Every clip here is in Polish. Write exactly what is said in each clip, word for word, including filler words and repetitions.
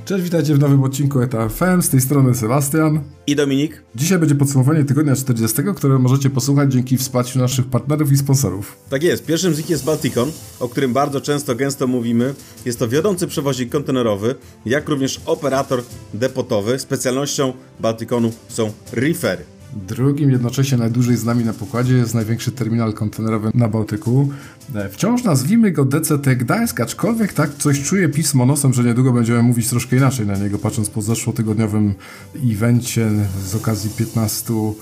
Cześć, witajcie w nowym odcinku E T A F M, z tej strony Sebastian i Dominik. Dzisiaj będzie podsumowanie tygodnia czterdziestego, które możecie posłuchać dzięki wsparciu naszych partnerów i sponsorów. Tak jest, pierwszym z nich jest Balticon, o którym bardzo często, gęsto mówimy. Jest to wiodący przewoźnik kontenerowy, jak również operator depotowy. Specjalnością Balticonu są reefery. Drugim, jednocześnie najdłużej z nami na pokładzie, jest największy terminal kontenerowy na Bałtyku. Wciąż nazwijmy go D C T Gdańsk, aczkolwiek tak coś czuję pismo nosem, że niedługo będziemy mówić troszkę inaczej na niego, patrząc po zeszłotygodniowym evencie z okazji piętnastu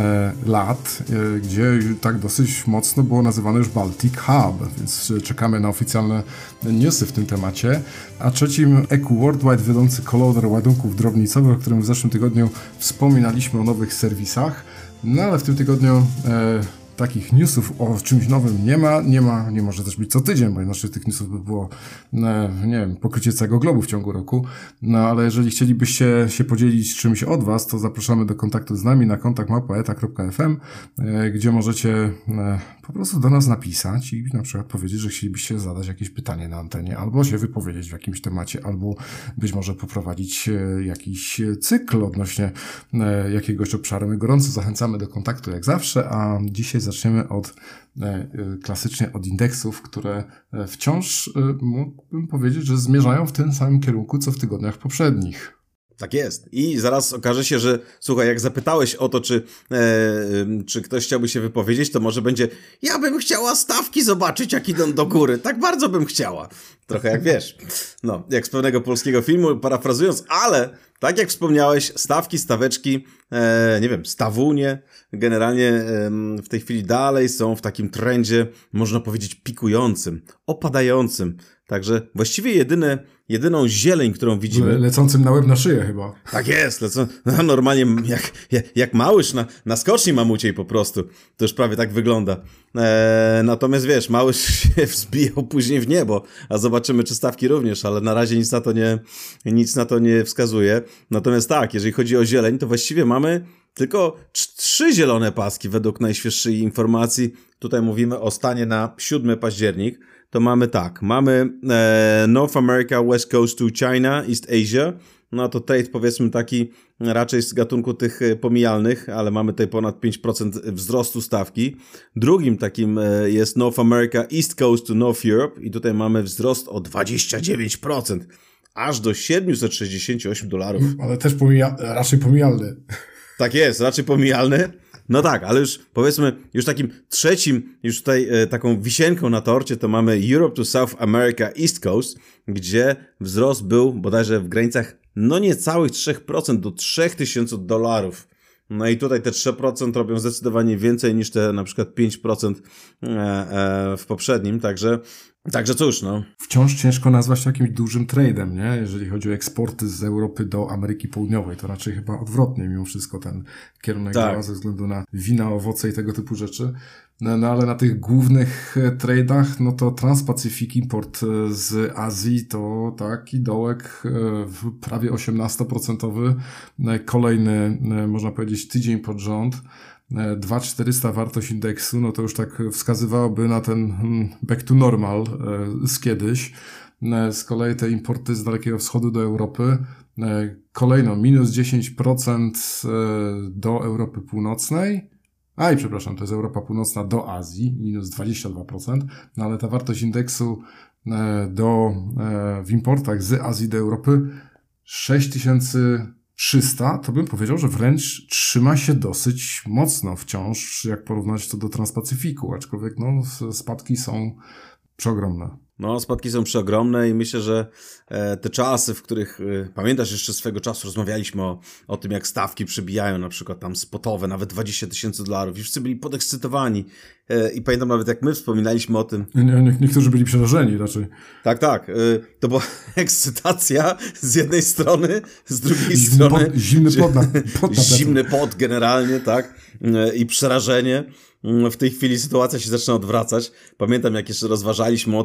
lat, gdzie tak dosyć mocno było nazywane już Baltic Hub, więc czekamy na oficjalne newsy w tym temacie. A trzecim E Q Worldwide, wiodący kolauder ładunków drobnicowych, o którym w zeszłym tygodniu wspominaliśmy o nowych serwisach. No ale w tym tygodniu e, takich newsów o czymś nowym nie ma, nie ma, nie może też być co tydzień, bo inaczej tych newsów by było, e, nie wiem, pokrycie całego globu w ciągu roku. No ale jeżeli chcielibyście się podzielić czymś od was, to zapraszamy do kontaktu z nami na kontakt małpa eta kropka f m, e, gdzie możecie e, po prostu do nas napisać i na przykład powiedzieć, że chcielibyście zadać jakieś pytanie na antenie, albo się wypowiedzieć w jakimś temacie, albo być może poprowadzić e, jakiś cykl odnośnie e, jakiegoś obszaru. My gorąco zachęcamy do kontaktu jak zawsze, a dzisiaj zaczniemy od e, klasycznie od indeksów, które wciąż e, mógłbym powiedzieć, że zmierzają w tym samym kierunku, co w tygodniach poprzednich. Tak jest. I zaraz okaże się, że słuchaj, jak zapytałeś o to, czy, e, czy ktoś chciałby się wypowiedzieć, to może będzie ja bym chciała stawki zobaczyć, jak idą do góry. Tak bardzo bym chciała. Trochę jak wiesz. No, jak z pewnego polskiego filmu, parafrazując, ale tak jak wspomniałeś, stawki, staweczki, e, nie wiem, stawunie, generalnie e, w tej chwili dalej są w takim trendzie, można powiedzieć, pikującym, opadającym. Także właściwie jedyne, jedyną zieleń, którą widzimy... Le, lecącym na łeb na szyję chyba. Tak jest, lecą, no, normalnie jak, jak, jak małyż na, na skoczni mamuciej po prostu. To już prawie tak wygląda. Eee, natomiast wiesz, małyż się wzbijał później w niebo, a zobaczymy, czy stawki również, ale na razie nic na to nie, nic na to nie wskazuje. Natomiast tak, jeżeli chodzi o zieleń, to właściwie mamy tylko trzy zielone paski według najświeższej informacji. Tutaj mówimy o stanie na siódmy październik. To mamy tak, mamy e, North America, West Coast to China, East Asia. No to trade powiedzmy taki raczej z gatunku tych pomijalnych, ale mamy tutaj ponad pięć procent wzrostu stawki. Drugim takim jest North America, East Coast to North Europe i tutaj mamy wzrost o dwadzieścia dziewięć procent, aż do siedemset sześćdziesiąt osiem dolarów. Ale też pomija- raczej pomijalny. Tak jest, raczej pomijalny. No tak, ale już powiedzmy, już takim trzecim, już tutaj e, taką wisienką na torcie to mamy Europe to South America East Coast, gdzie wzrost był bodajże w granicach no niecałych trzy procent do trzy tysiące dolarów. No i tutaj te trzy procent robią zdecydowanie więcej niż te na przykład pięć procent e, e, w poprzednim, także Także cóż, no. Wciąż ciężko nazwać to jakimś dużym trade'em, nie? Jeżeli chodzi o eksporty z Europy do Ameryki Południowej, to raczej chyba odwrotnie mimo wszystko ten kierunek tak. działa ze względu na wina, owoce i tego typu rzeczy. No, no ale na tych głównych trade'ach, no to Trans-Pacific Import z Azji to taki dołek prawie osiemnaście procent. Kolejny, można powiedzieć, tydzień pod rząd. dwa tysiące czterysta wartość indeksu, no to już tak wskazywałoby na ten back to normal z kiedyś. Z kolei te importy z Dalekiego Wschodu do Europy, kolejno minus dziesięć procent do Europy Północnej, a i przepraszam, to jest Europa Północna do Azji, minus dwadzieścia dwa procent, no ale ta wartość indeksu do, w importach z Azji do Europy sześć tysięcy trzysta, to bym powiedział, że wręcz trzyma się dosyć mocno wciąż, jak porównać to do Transpacyfiku, aczkolwiek no, spadki są przeogromne. No, spadki są przeogromne i myślę, że e, te czasy, w których, e, pamiętasz jeszcze swego czasu, rozmawialiśmy o, o tym, jak stawki przebijają, na przykład tam spotowe, nawet dwadzieścia tysięcy dolarów i wszyscy byli podekscytowani e, i pamiętam nawet, jak my wspominaliśmy o tym. Nie, nie, niektórzy byli przerażeni raczej. Tak, tak. E, to była ekscytacja z jednej strony, z drugiej zimny strony. Pot, zimny pot na, pot na Zimny pot generalnie, tak, e, i przerażenie. W tej chwili sytuacja się zaczyna odwracać. Pamiętam, jak jeszcze rozważaliśmy o tym,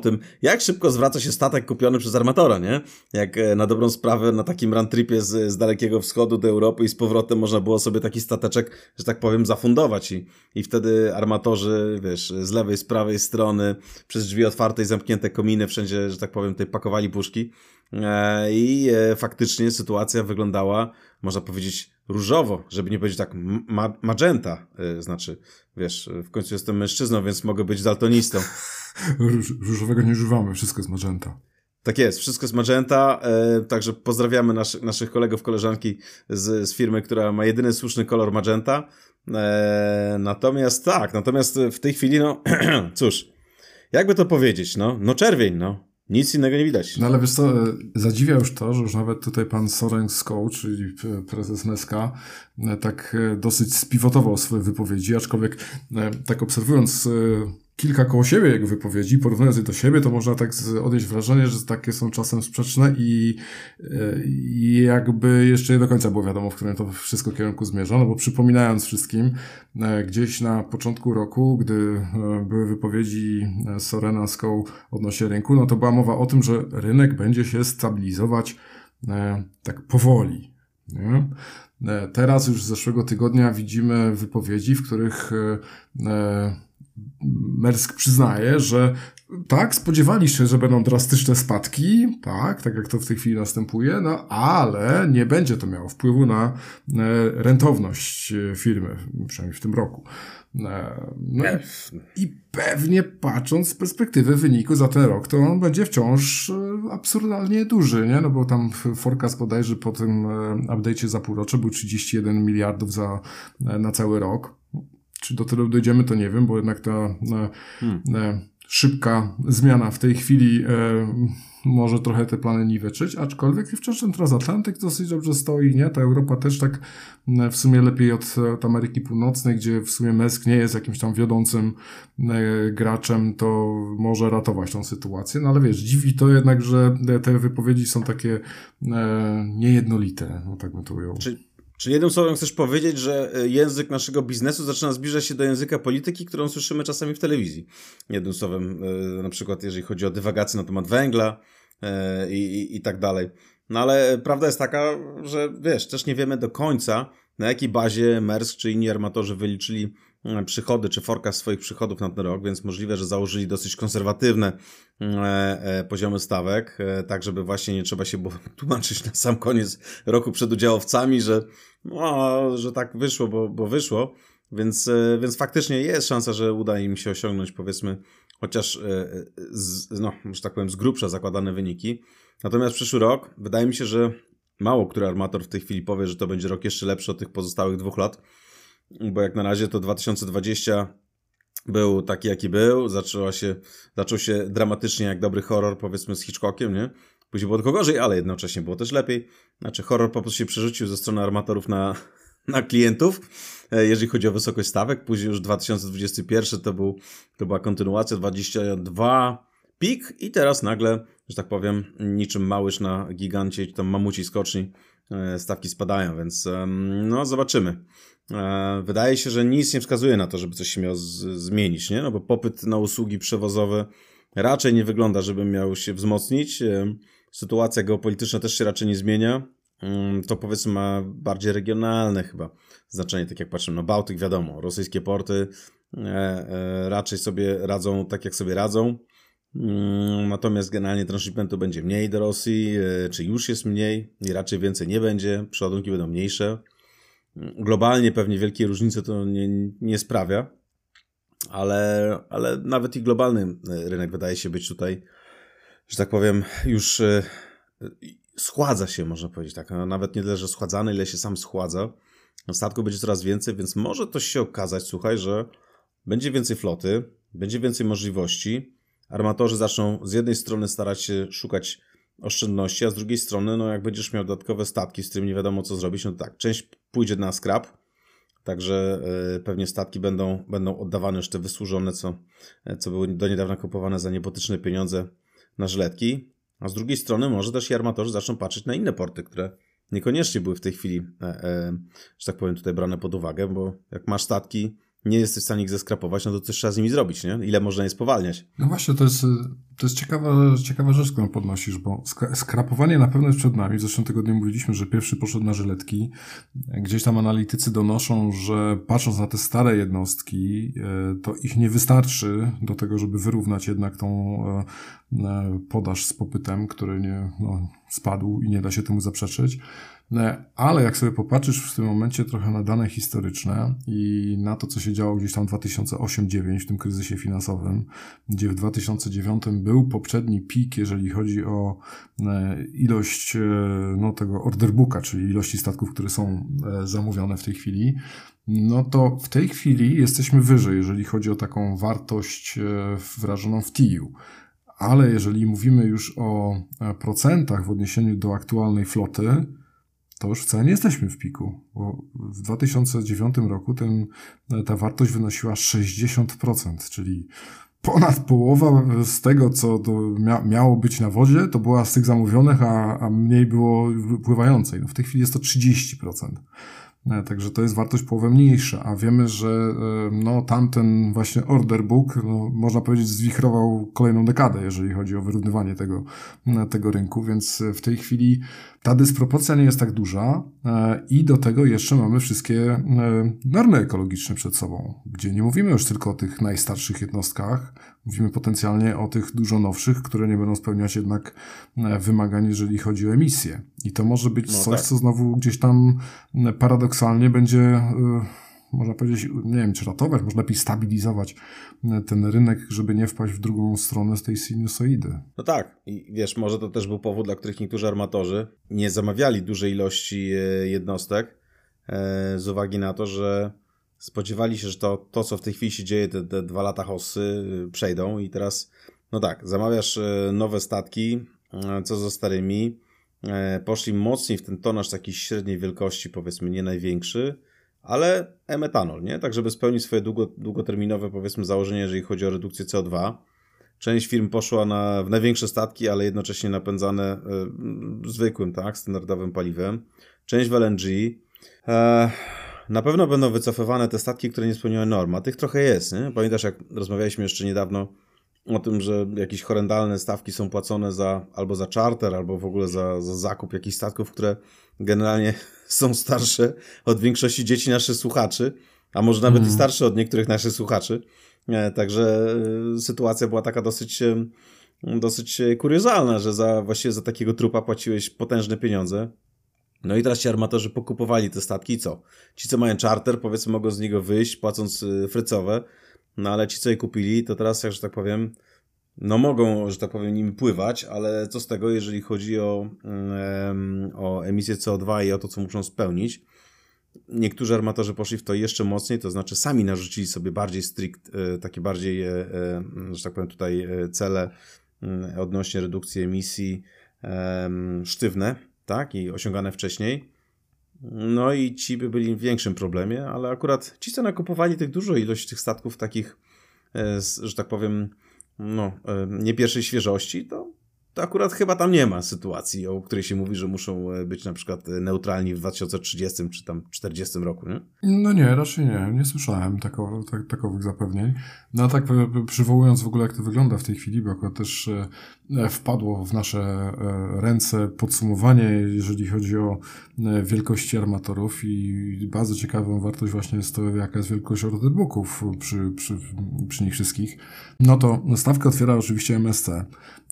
jak szybko zwraca się statek kupiony przez armatora, nie? Jak na dobrą sprawę na takim roundtripie z, z Dalekiego Wschodu do Europy i z powrotem można było sobie taki stateczek, że tak powiem, zafundować i, i wtedy armatorzy, wiesz, z lewej, z prawej strony, przez drzwi otwarte i zamknięte kominy, wszędzie, że tak powiem, tutaj pakowali puszki e, i e, faktycznie sytuacja wyglądała, można powiedzieć, różowo, żeby nie powiedzieć tak ma- magenta, e, znaczy, wiesz, w końcu jestem mężczyzną, więc mogę być daltonistą. Róż, różowego nie używamy, wszystko jest magenta. Tak jest, wszystko jest magenta, e, także pozdrawiamy nasz, naszych kolegów, koleżanki z, z firmy, która ma jedyny słuszny kolor magenta. E, natomiast tak, natomiast w tej chwili, no cóż, jakby to powiedzieć, no, no czerwień, no. Nic innego nie widać. No ale wiesz co, zadziwia już to, że już nawet tutaj pan Soren Skoł, czyli prezes M S K, tak dosyć spiwotował swoje wypowiedzi, aczkolwiek tak obserwując kilka koło siebie jego wypowiedzi, porównując je do siebie, to można tak odnieść wrażenie, że takie są czasem sprzeczne i, i jakby jeszcze nie do końca było wiadomo, w którym to wszystko kierunku zmierza, no bo przypominając wszystkim, gdzieś na początku roku, gdy były wypowiedzi Sorena Skoł odnośnie rynku, no to była mowa o tym, że rynek będzie się stabilizować tak powoli, nie? Teraz już z zeszłego tygodnia widzimy wypowiedzi, w których Maersk przyznaje, że tak, spodziewali się, że będą drastyczne spadki, tak, tak jak to w tej chwili następuje, no ale nie będzie to miało wpływu na rentowność firmy, przynajmniej w tym roku. No i, i pewnie patrząc z perspektywy wyniku za ten rok, to on będzie wciąż absurdalnie duży, nie? No bo tam forecast bodajże po tym update'cie za półrocze był trzydzieści jeden miliardów za, na cały rok. Czy do tego dojdziemy, to nie wiem, bo jednak ta e, hmm. e, szybka zmiana w tej chwili e, może trochę te plany niweczyć, aczkolwiek wciąż ten transatlantyk dosyć dobrze stoi, nie? Ta Europa też tak e, w sumie lepiej od, od Ameryki Północnej, gdzie w sumie Maersk nie jest jakimś tam wiodącym e, graczem, to może ratować tą sytuację, no ale wiesz, dziwi to jednak, że te wypowiedzi są takie e, niejednolite, no tak bym to ujął. Czy... Czy jednym słowem chcesz powiedzieć, że język naszego biznesu zaczyna zbliżać się do języka polityki, którą słyszymy czasami w telewizji? Jednym słowem, na przykład jeżeli chodzi o dywagacje na temat węgla i, i, i tak dalej. No ale prawda jest taka, że wiesz, też nie wiemy do końca, na jakiej bazie Maersk czy inni armatorzy wyliczyli przychody, czy forecast swoich przychodów na ten rok, więc możliwe, że założyli dosyć konserwatywne e, e, poziomy stawek, e, tak żeby właśnie nie trzeba się było tłumaczyć na sam koniec roku przed udziałowcami, że, no, że tak wyszło, bo, bo wyszło, więc, e, więc faktycznie jest szansa, że uda im się osiągnąć, powiedzmy, chociaż e, z, no, że tak powiem, z grubsza zakładane wyniki. Natomiast przyszły rok, wydaje mi się, że mało który armator w tej chwili powie, że to będzie rok jeszcze lepszy od tych pozostałych dwóch lat, bo jak na razie to dwa tysiące dwudziesty był taki, jaki był, zaczęła się, zaczął się dramatycznie jak dobry horror, powiedzmy z Hitchcockiem, nie? Później było tylko gorzej, ale jednocześnie było też lepiej. Znaczy horror po prostu się przerzucił ze strony armatorów na, na klientów, jeżeli chodzi o wysokość stawek. Później już dwa tysiące dwudziesty pierwszy to, był, to była kontynuacja, dwudziesty drugi pik i teraz nagle, że tak powiem, niczym małyż na gigancie, tam mamuci skoczni, stawki spadają, więc no zobaczymy. Wydaje się, że nic nie wskazuje na to, żeby coś się miało z- zmienić, nie? No bo popyt na usługi przewozowe raczej nie wygląda, żeby miał się wzmocnić. Sytuacja geopolityczna też się raczej nie zmienia. To powiedzmy ma bardziej regionalne chyba znaczenie, tak jak patrzymy na Bałtyk, wiadomo, rosyjskie porty e, e, raczej sobie radzą tak, jak sobie radzą. Natomiast generalnie transshipmentu będzie mniej do Rosji, e, czy już jest mniej i raczej więcej nie będzie, przeładunki będą mniejsze. Globalnie pewnie wielkie różnice to nie, nie sprawia, ale, ale nawet i globalny rynek wydaje się być tutaj, że tak powiem, już e, schładza się, można powiedzieć tak. Nawet nie tyle, że schładzany, ile się sam schładza. Statków będzie coraz więcej, więc może to się okazać, słuchaj, że będzie więcej floty, będzie więcej możliwości. Armatorzy zaczną z jednej strony starać się szukać oszczędności, a z drugiej strony, no jak będziesz miał dodatkowe statki, z którymi nie wiadomo co zrobić, no to tak, część pójdzie na scrap, także yy, pewnie statki będą, będą oddawane już te wysłużone, co, co były do niedawna kupowane za niebotyczne pieniądze na żyletki, a z drugiej strony może też i armatorzy zaczną patrzeć na inne porty, które niekoniecznie były w tej chwili, e, e, że tak powiem, tutaj brane pod uwagę, bo jak masz statki, nie jesteś w stanie ich zeskrapować, no to coś trzeba z nimi zrobić, nie? Ile można je spowalniać? No właśnie, to jest To jest ciekawa, ciekawa rzecz, którą podnosisz, bo skrapowanie na pewno jest przed nami. Zresztą tego dnia mówiliśmy, że pierwszy poszedł na żyletki. Gdzieś tam analitycy donoszą, że patrząc na te stare jednostki, to ich nie wystarczy do tego, żeby wyrównać jednak tą podaż z popytem, który nie, no, spadł i nie da się temu zaprzeczyć. Ale jak sobie popatrzysz w tym momencie trochę na dane historyczne i na to, co się działo gdzieś tam w dwa tysiące ósmym do dwa tysiące dziewiątym w tym kryzysie finansowym, gdzie w dwa tysiące dziewiątym był poprzedni pik, jeżeli chodzi o ilość no, tego order booka, czyli ilości statków, które są zamówione w tej chwili, no to w tej chwili jesteśmy wyżej, jeżeli chodzi o taką wartość wyrażoną w T I U. Ale jeżeli mówimy już o procentach w odniesieniu do aktualnej floty, to już wcale nie jesteśmy w piku, bo w dwa tysiące dziewiątym roku ten, ta wartość wynosiła sześćdziesiąt procent, czyli ponad połowa z tego, co to mia, miało być na wodzie, to była z tych zamówionych, a, a mniej było pływającej. No w tej chwili jest to trzydzieści procent. Także to jest wartość połowę mniejsza, a wiemy, że no, tamten właśnie order book, no, można powiedzieć, zwichrował kolejną dekadę, jeżeli chodzi o wyrównywanie tego, tego rynku, więc w tej chwili ta dysproporcja nie jest tak duża i do tego jeszcze mamy wszystkie normy ekologiczne przed sobą, gdzie nie mówimy już tylko o tych najstarszych jednostkach, mówimy potencjalnie o tych dużo nowszych, które nie będą spełniać jednak wymagań, jeżeli chodzi o emisję. I to może być no coś, tak. co znowu gdzieś tam paradoksalnie będzie, można powiedzieć, nie wiem, czy ratować, może lepiej stabilizować ten rynek, żeby nie wpaść w drugą stronę z tej sinusoidy. No tak. I wiesz, może to też był powód, dla których niektórzy armatorzy nie zamawiali dużej ilości jednostek z uwagi na to, że spodziewali się, że to, to co w tej chwili się dzieje, te, te dwa lata hossy przejdą i teraz, no tak, zamawiasz nowe statki, co ze starymi, poszli mocniej w ten tonaż takiej średniej wielkości, powiedzmy nie największy, ale e-metanol, nie? Tak, żeby spełnić swoje długo, długoterminowe, powiedzmy, założenie, jeżeli chodzi o redukcję C O dwa. Część firm poszła na, w największe statki, ale jednocześnie napędzane y, zwykłym, tak, standardowym paliwem. Część w L N G. E, na pewno będą wycofywane te statki, które nie spełniają norm, a tych trochę jest, nie? Pamiętasz, jak rozmawialiśmy jeszcze niedawno o tym, że jakieś horrendalne stawki są płacone za albo za charter, albo w ogóle za, za zakup jakichś statków, które generalnie są starsze od większości dzieci naszych słuchaczy, a może nawet mm. i starsze od niektórych naszych słuchaczy. Także sytuacja była taka dosyć, dosyć kuriozalna, że za, właściwie za takiego trupa płaciłeś potężne pieniądze. No i teraz ci armatorzy pokupowali te statki i co? Ci, co mają charter, powiedzmy, mogą z niego wyjść, płacąc frycowe, no ale ci, co je kupili, to teraz, jak że tak powiem, no mogą, że tak powiem, nimi pływać, ale co z tego, jeżeli chodzi o, um, o emisję C O dwa i o to, co muszą spełnić. Niektórzy armatorzy poszli w to jeszcze mocniej, to znaczy sami narzucili sobie bardziej strict, takie bardziej, że tak powiem tutaj, cele odnośnie redukcji emisji sztywne, tak, i osiągane wcześniej. No i ci by byli w większym problemie, ale akurat ci, co nakupowali tych dużo ilość tych statków takich, że tak powiem, no, nie pierwszej świeżości, to, to akurat chyba tam nie ma sytuacji, o której się mówi, że muszą być na przykład neutralni w dwa tysiące trzydziestym czy tam czterdziestym roku, nie? No nie, raczej nie. Nie słyszałem tako, tak, takowych zapewnień. No a tak przywołując w ogóle, jak to wygląda w tej chwili, bo akurat też wpadło w nasze ręce podsumowanie, jeżeli chodzi o wielkości armatorów i bardzo ciekawą wartość właśnie jest to, jaka jest wielkość order booków przy, przy, przy nich wszystkich. No to stawkę otwiera oczywiście M S C.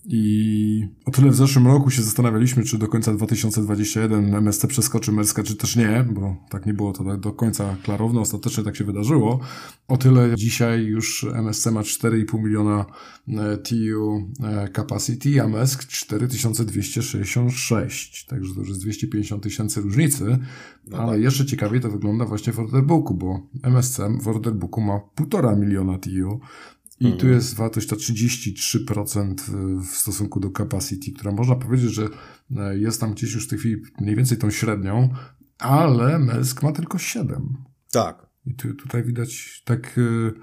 I o tyle w zeszłym roku się zastanawialiśmy, czy do końca dwa tysiące dwudziestego pierwszego M S C przeskoczy Maerska, czy też nie, bo tak nie było to do końca klarowne, ostatecznie tak się wydarzyło. O tyle dzisiaj już M S C ma cztery i pół miliona T U capacity, a Maersk cztery tysiące dwieście sześćdziesiąt sześć, także to już jest dwieście pięćdziesiąt tysięcy różnicy, no ale tak. Jeszcze ciekawiej to wygląda właśnie w orderbooku, bo M S C w orderbooku ma półtora miliona T U. I mhm. tu jest wartość ta trzydzieści trzy procent w stosunku do capacity, która można powiedzieć, że jest tam gdzieś już w tej chwili mniej więcej tą średnią, ale Maersk ma tylko siedem. Tak. I tu, tutaj widać tak,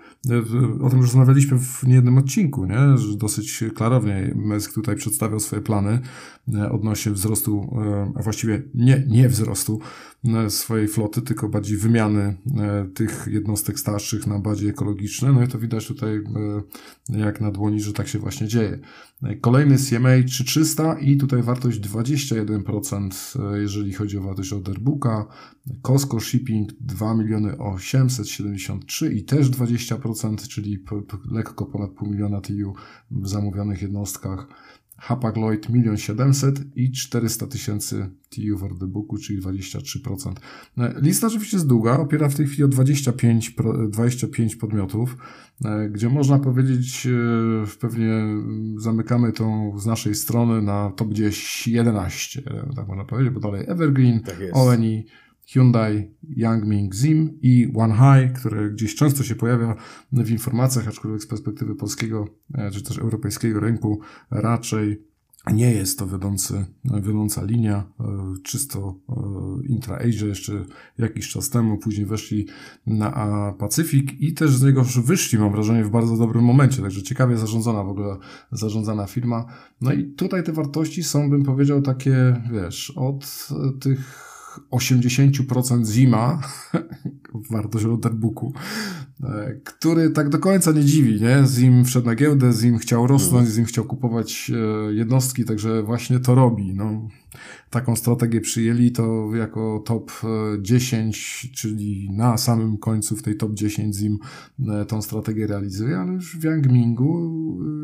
o tym już rozmawialiśmy w niejednym odcinku, nie? Że dosyć klarownie Maersk tutaj przedstawiał swoje plany odnośnie wzrostu, a właściwie nie, nie wzrostu swojej floty, tylko bardziej wymiany tych jednostek starszych na bardziej ekologiczne. No i to widać tutaj jak na dłoni, że tak się właśnie dzieje. Kolejny C M A trzy tysiące trzysta i tutaj wartość dwadzieścia jeden procent, jeżeli chodzi o wartość orderbooka. Costco Shipping dwa miliony osiemset siedemdziesiąt trzy i też dwadzieścia procent, czyli po, po, lekko ponad pół miliona T U w zamówionych jednostkach. Hapag-Lloyd milion siedemset i czterysta tysięcy T U w orderbooku, czyli dwadzieścia trzy procent. Lista oczywiście jest długa, opiera w tej chwili o dwadzieścia pięć, dwadzieścia pięć podmiotów, gdzie można powiedzieć, pewnie zamykamy tą z naszej strony na top gdzieś jedenaście, tak można powiedzieć, bo dalej Evergreen, tak O N I, Hyundai, Yang-Ming, Zim i Wanhai, które gdzieś często się pojawia w informacjach, aczkolwiek z perspektywy polskiego czy też europejskiego rynku raczej nie jest to wiodący, wiodąca linia, czysto intra-Asia jeszcze jakiś czas temu, później weszli na Pacyfik i też z niego wyszli, mam wrażenie, w bardzo dobrym momencie, także ciekawie zarządzana w ogóle, zarządzana firma. No i tutaj te wartości są, bym powiedział, takie, wiesz, od tych osiemdziesiąt procent Zima, wartość orderbooku, który tak do końca nie dziwi, nie? Zim wszedł na giełdę, Zim chciał rosnąć, Zim chciał kupować jednostki, także właśnie to robi. No, taką strategię przyjęli, to jako top dziesięć, czyli na samym końcu w tej top dziesięć Zim tą strategię realizuje, ale już w Yang-Mingu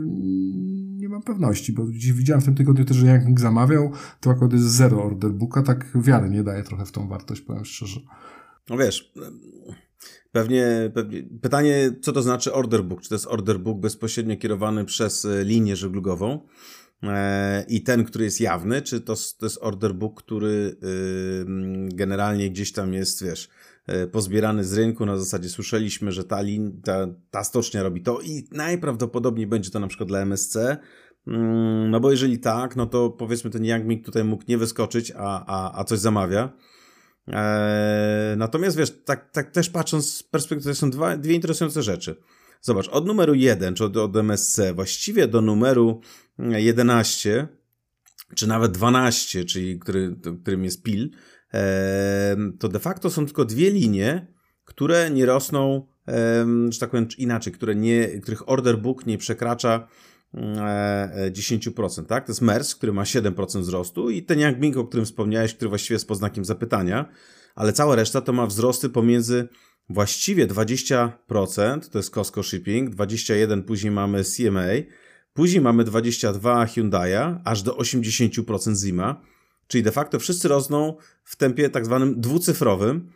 nie mam pewności, bo dziś widziałem w tym tygodniu też, że Yang-Ming zamawiał, to akurat jest zero orderbooka, tak wiary nie daje trochę w tą wartość, powiem szczerze. No wiesz, pewnie, pewnie pytanie, co to znaczy orderbook? Czy to jest orderbook bezpośrednio kierowany przez linię żeglugową e, i ten, który jest jawny, czy to, to jest orderbook, który y, generalnie gdzieś tam jest, wiesz, pozbierany z rynku, na zasadzie słyszeliśmy, że ta, lin, ta, ta stocznia robi to i najprawdopodobniej będzie to na przykład dla M S C, no bo jeżeli tak, no to powiedzmy ten Yang-Ming tutaj mógł nie wyskoczyć, a, a, a coś zamawia. Eee, natomiast wiesz, tak, tak też patrząc z perspektywy, są dwa, dwie interesujące rzeczy. Zobacz, od numeru jeden, czy od, od M S C, właściwie do numeru jedenaście, czy nawet dwanaście, czyli który, którym jest P I L, to de facto są tylko dwie linie, które nie rosną, że tak powiem inaczej, które nie, których order book nie przekracza dziesięć procent, tak? To jest M E R S, który ma siedem procent wzrostu i ten Yang-Ming, o którym wspomniałeś, który właściwie jest pod znakiem zapytania, ale cała reszta to ma wzrosty pomiędzy właściwie dwadzieścia procent, to jest Costco Shipping, dwadzieścia jeden procent później mamy C M A, później mamy dwadzieścia dwa procent Hyundai'a, aż do osiemdziesiąt procent Zima, czyli de facto wszyscy rosną w tempie tak zwanym dwucyfrowym,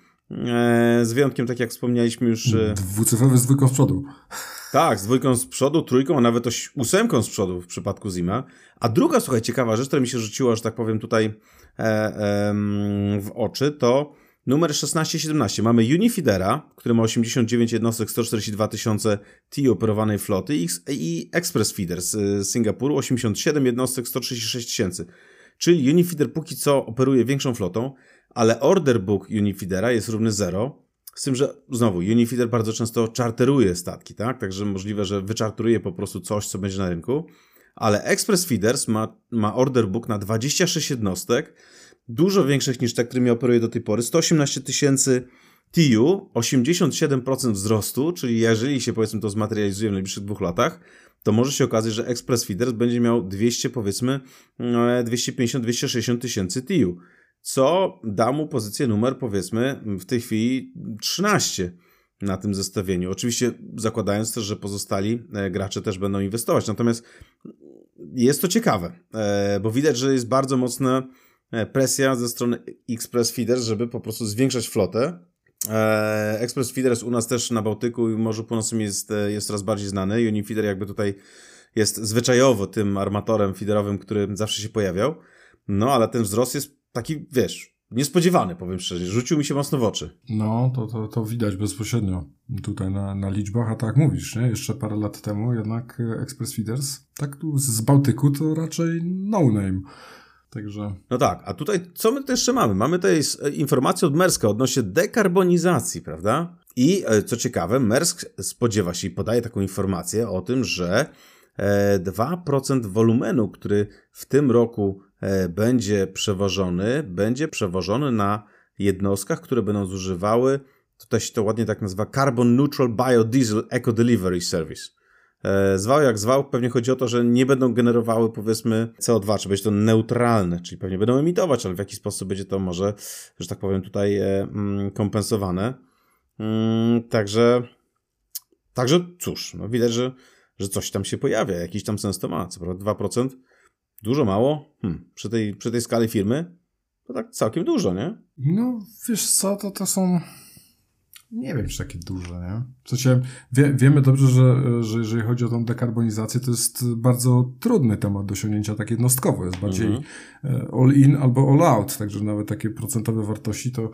z wyjątkiem, tak jak wspomnieliśmy już... Dwucyfrowy z dwójką z przodu. Tak, z dwójką z przodu, trójką, a nawet ósemką z przodu w przypadku Zima. A druga, słuchaj, ciekawa rzecz, która mi się rzuciła, że tak powiem, tutaj e, e, w oczy, to numer szesnaście siedemnaście. Mamy Unifidera, który ma osiemdziesiąt dziewięć jednostek, sto czterdzieści dwa tysiące T I operowanej floty i, i Express Feeder z Singapuru, osiemdziesiąt siedem jednostek, sto trzydzieści sześć tysięcy. Czyli Unifider póki co operuje większą flotą, ale order book Unifidera jest równy zero. Z tym, że znowu Unifider bardzo często czarteruje statki, tak? Także możliwe, że wyczarteruje po prostu coś, co będzie na rynku. Ale Express Feeders ma, ma order book na dwadzieścia sześć jednostek, dużo większych niż te, którymi operuje do tej pory. sto osiemnaście tysięcy T U, osiemdziesiąt siedem procent wzrostu, czyli jeżeli się powiedzmy to zmaterializuje w najbliższych dwóch latach, to może się okazać, że Express Feeders będzie miał dwieście, powiedzmy, dwieście pięćdziesiąt do dwustu sześćdziesięciu tysięcy T U, co da mu pozycję numer, powiedzmy, w tej chwili trzynaście na tym zestawieniu. Oczywiście zakładając też, że pozostali gracze też będą inwestować. Natomiast jest to ciekawe, bo widać, że jest bardzo mocna presja ze strony Express Feeders, żeby po prostu zwiększać flotę. Express Feeders u nas też na Bałtyku i Morzu Północnym jest, jest coraz bardziej znany. Unifeeder jakby tutaj jest zwyczajowo tym armatorem feederowym, który zawsze się pojawiał. No, ale ten wzrost jest taki, wiesz, niespodziewany, powiem szczerze. Rzucił mi się mocno w oczy. No, to, to, to widać bezpośrednio tutaj na, na liczbach, a tak mówisz, nie? Jeszcze parę lat temu jednak Express Feeders, tak tu z Bałtyku to raczej no name. Także... No tak, a tutaj co my tu jeszcze mamy? Mamy tutaj informację od Maerska odnośnie dekarbonizacji, prawda? I co ciekawe, Maersk spodziewa się i podaje taką informację o tym, że dwa procent wolumenu, który w tym roku będzie przewożony, będzie przewożony na jednostkach, które będą zużywały, tutaj się to ładnie tak nazywa, Carbon Neutral Biodiesel Eco Delivery Service. E, zwał jak zwał, pewnie chodzi o to, że nie będą generowały, powiedzmy, C O dwa, czy będzie to neutralne, czyli pewnie będą emitować, ale w jaki sposób będzie to może, że tak powiem, tutaj e, mm, kompensowane. Mm, także, także cóż, no widać, że, że coś tam się pojawia, jakiś tam sens to ma. Co prawda dwa procent, dużo, mało? Hmm, przy tej, przy tej skali firmy to tak całkiem dużo, nie? No, wiesz co, to to są... Nie wiem, czy takie duże, nie? W sensie, wie, wiemy dobrze, że, że jeżeli chodzi o tą dekarbonizację, to jest bardzo trudny temat do osiągnięcia tak jednostkowo. Jest bardziej mm-hmm. all in albo all out, także nawet takie procentowe wartości to,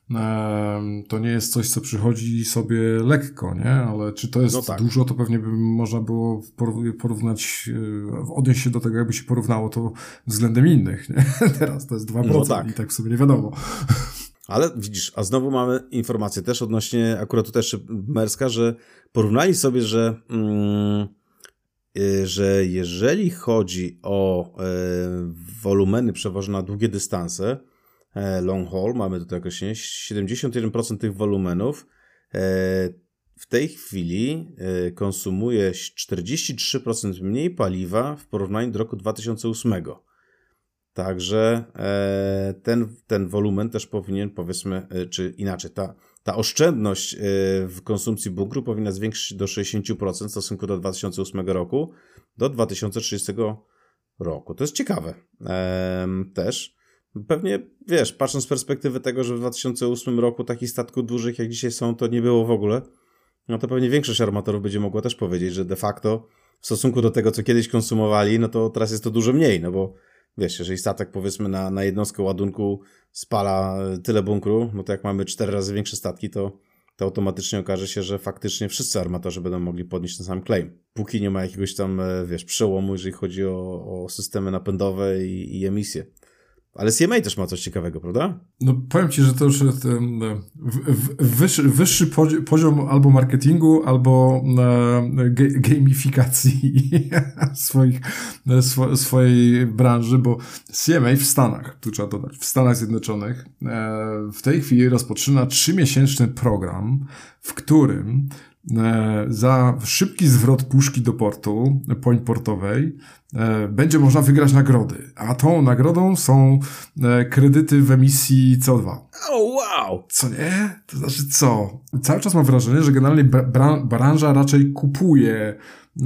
e, to nie jest coś, co przychodzi sobie lekko, nie? Ale czy to jest no tak. dużo, to pewnie by można było porównać, odnieść się do tego, jakby się porównało to względem innych, nie? Teraz to jest dwa procent no tak. i tak w sobie nie wiadomo. Ale widzisz, a znowu mamy informację też odnośnie, akurat tu też Merska, że porównali sobie, że, mm, y, że jeżeli chodzi o y, wolumeny przewożone na długie dystanse, y, long haul, mamy tutaj określenie, siedemdziesiąt jeden procent tych wolumenów y, w tej chwili y, konsumuje czterdzieści trzy procent mniej paliwa w porównaniu do roku dwa tysiące ósmego. Także e, ten, ten wolumen też powinien, powiedzmy, e, czy inaczej, ta, ta oszczędność e, w konsumpcji bunkru powinna zwiększyć się do sześćdziesiąt procent w stosunku do dwa tysiące ósmego roku, do dwa tysiące trzydziestego roku. To jest ciekawe e, też. Pewnie, wiesz, patrząc z perspektywy tego, że w dwa tysiące ósmym roku takich statków dużych jak dzisiaj są, to nie było w ogóle, no to pewnie większość armatorów będzie mogła też powiedzieć, że de facto w stosunku do tego, co kiedyś konsumowali, no to teraz jest to dużo mniej, no bo wiesz, jeżeli statek, powiedzmy, na, na jednostkę ładunku spala tyle bunkru, no to jak mamy cztery razy większe statki, to, to automatycznie okaże się, że faktycznie wszyscy armatorzy będą mogli podnieść ten sam claim. Póki nie ma jakiegoś tam, wiesz, przełomu, jeżeli chodzi o, o systemy napędowe i, i emisje. Ale C M A też ma coś ciekawego, prawda? No powiem ci, że to już jest um, wyższy, wyższy poziom albo marketingu, albo um, gamifikacji swoich, swo, swojej branży, bo C M A w Stanach, tu trzeba dodać, w Stanach Zjednoczonych e, w tej chwili rozpoczyna trzymiesięczny program, w którym e, za szybki zwrot puszki do portu, point portowej, e, będzie można wygrać nagrody. A tą nagrodą są e, kredyty w emisji C O dwa. O, oh, wow! Co nie? To znaczy co? Cały czas mam wrażenie, że generalnie bra- branża raczej kupuje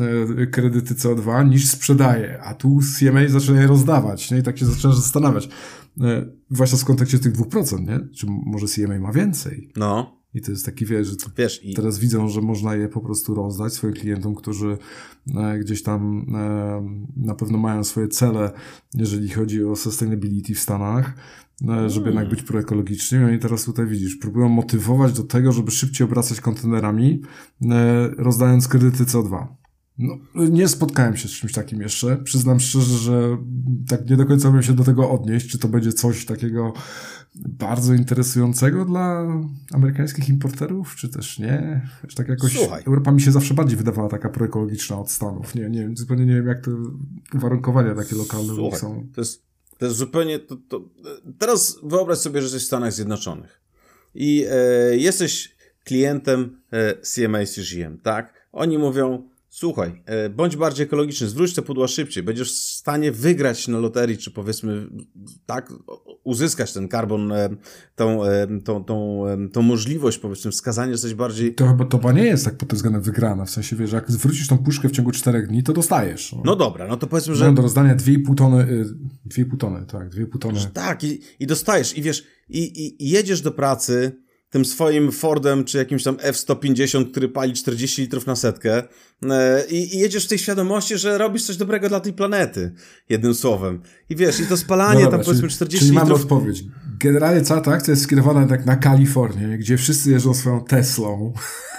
e, kredyty C O dwa niż sprzedaje, a tu C M A zaczyna je rozdawać, nie? I tak się zaczyna zastanawiać. E, właśnie w kontekście tych dwóch procent, nie? Czy może C M A ma więcej? No. I to jest taki, wiesz, że wiesz, i... teraz widzą, że można je po prostu rozdać swoim klientom, którzy e, gdzieś tam e, na pewno mają swoje cele, jeżeli chodzi o sustainability w Stanach, e, żeby hmm. jednak być proekologicznym. I oni teraz tutaj, widzisz, próbują motywować do tego, żeby szybciej obracać kontenerami, e, rozdając kredyty C O dwa. No, nie spotkałem się z czymś takim jeszcze. Przyznam szczerze, że tak nie do końca umiem się do tego odnieść, czy to będzie coś takiego bardzo interesującego dla amerykańskich importerów, czy też nie. Wiesz, tak jakoś Słuchaj. Europa mi się zawsze bardziej wydawała taka proekologiczna od Stanów. Nie, nie wiem, zupełnie nie wiem, jak te uwarunkowania takie lokalne Słuchaj, są. To jest, to jest zupełnie... To, to... Teraz wyobraź sobie, że jesteś w Stanach Zjednoczonych i e, jesteś klientem e, C M A C G M, tak? Oni mówią, słuchaj, e, bądź bardziej ekologiczny, zwróć te pudła szybciej, będziesz w stanie wygrać na loterii, czy powiedzmy tak, uzyskać ten karbon, e, tą, e, tą, tą, e, tą możliwość, powiedzmy, wskazania, że jesteś bardziej... To chyba to chyba nie jest tak pod tym względem wygrana, w sensie, wiesz, jak zwrócisz tą puszkę w ciągu czterech dni, to dostajesz. No, no dobra, no to powiedzmy, że... Mają do rozdania dwie i pół tony, dwie i pół tony, tak, dwie i pół tony. Tak, i, i dostajesz, i wiesz, i, i, i jedziesz do pracy tym swoim Fordem, czy jakimś tam F sto pięćdziesiąt, który pali czterdzieści litrów na setkę i, i jedziesz w tej świadomości, że robisz coś dobrego dla tej planety, jednym słowem. I wiesz, i to spalanie no dobra, tam powiedzmy czterdzieści czyli litrów... Czyli mamy odpowiedź. Generalnie cała ta akcja jest skierowana tak na Kalifornię, gdzie wszyscy jeżdżą swoją Teslą.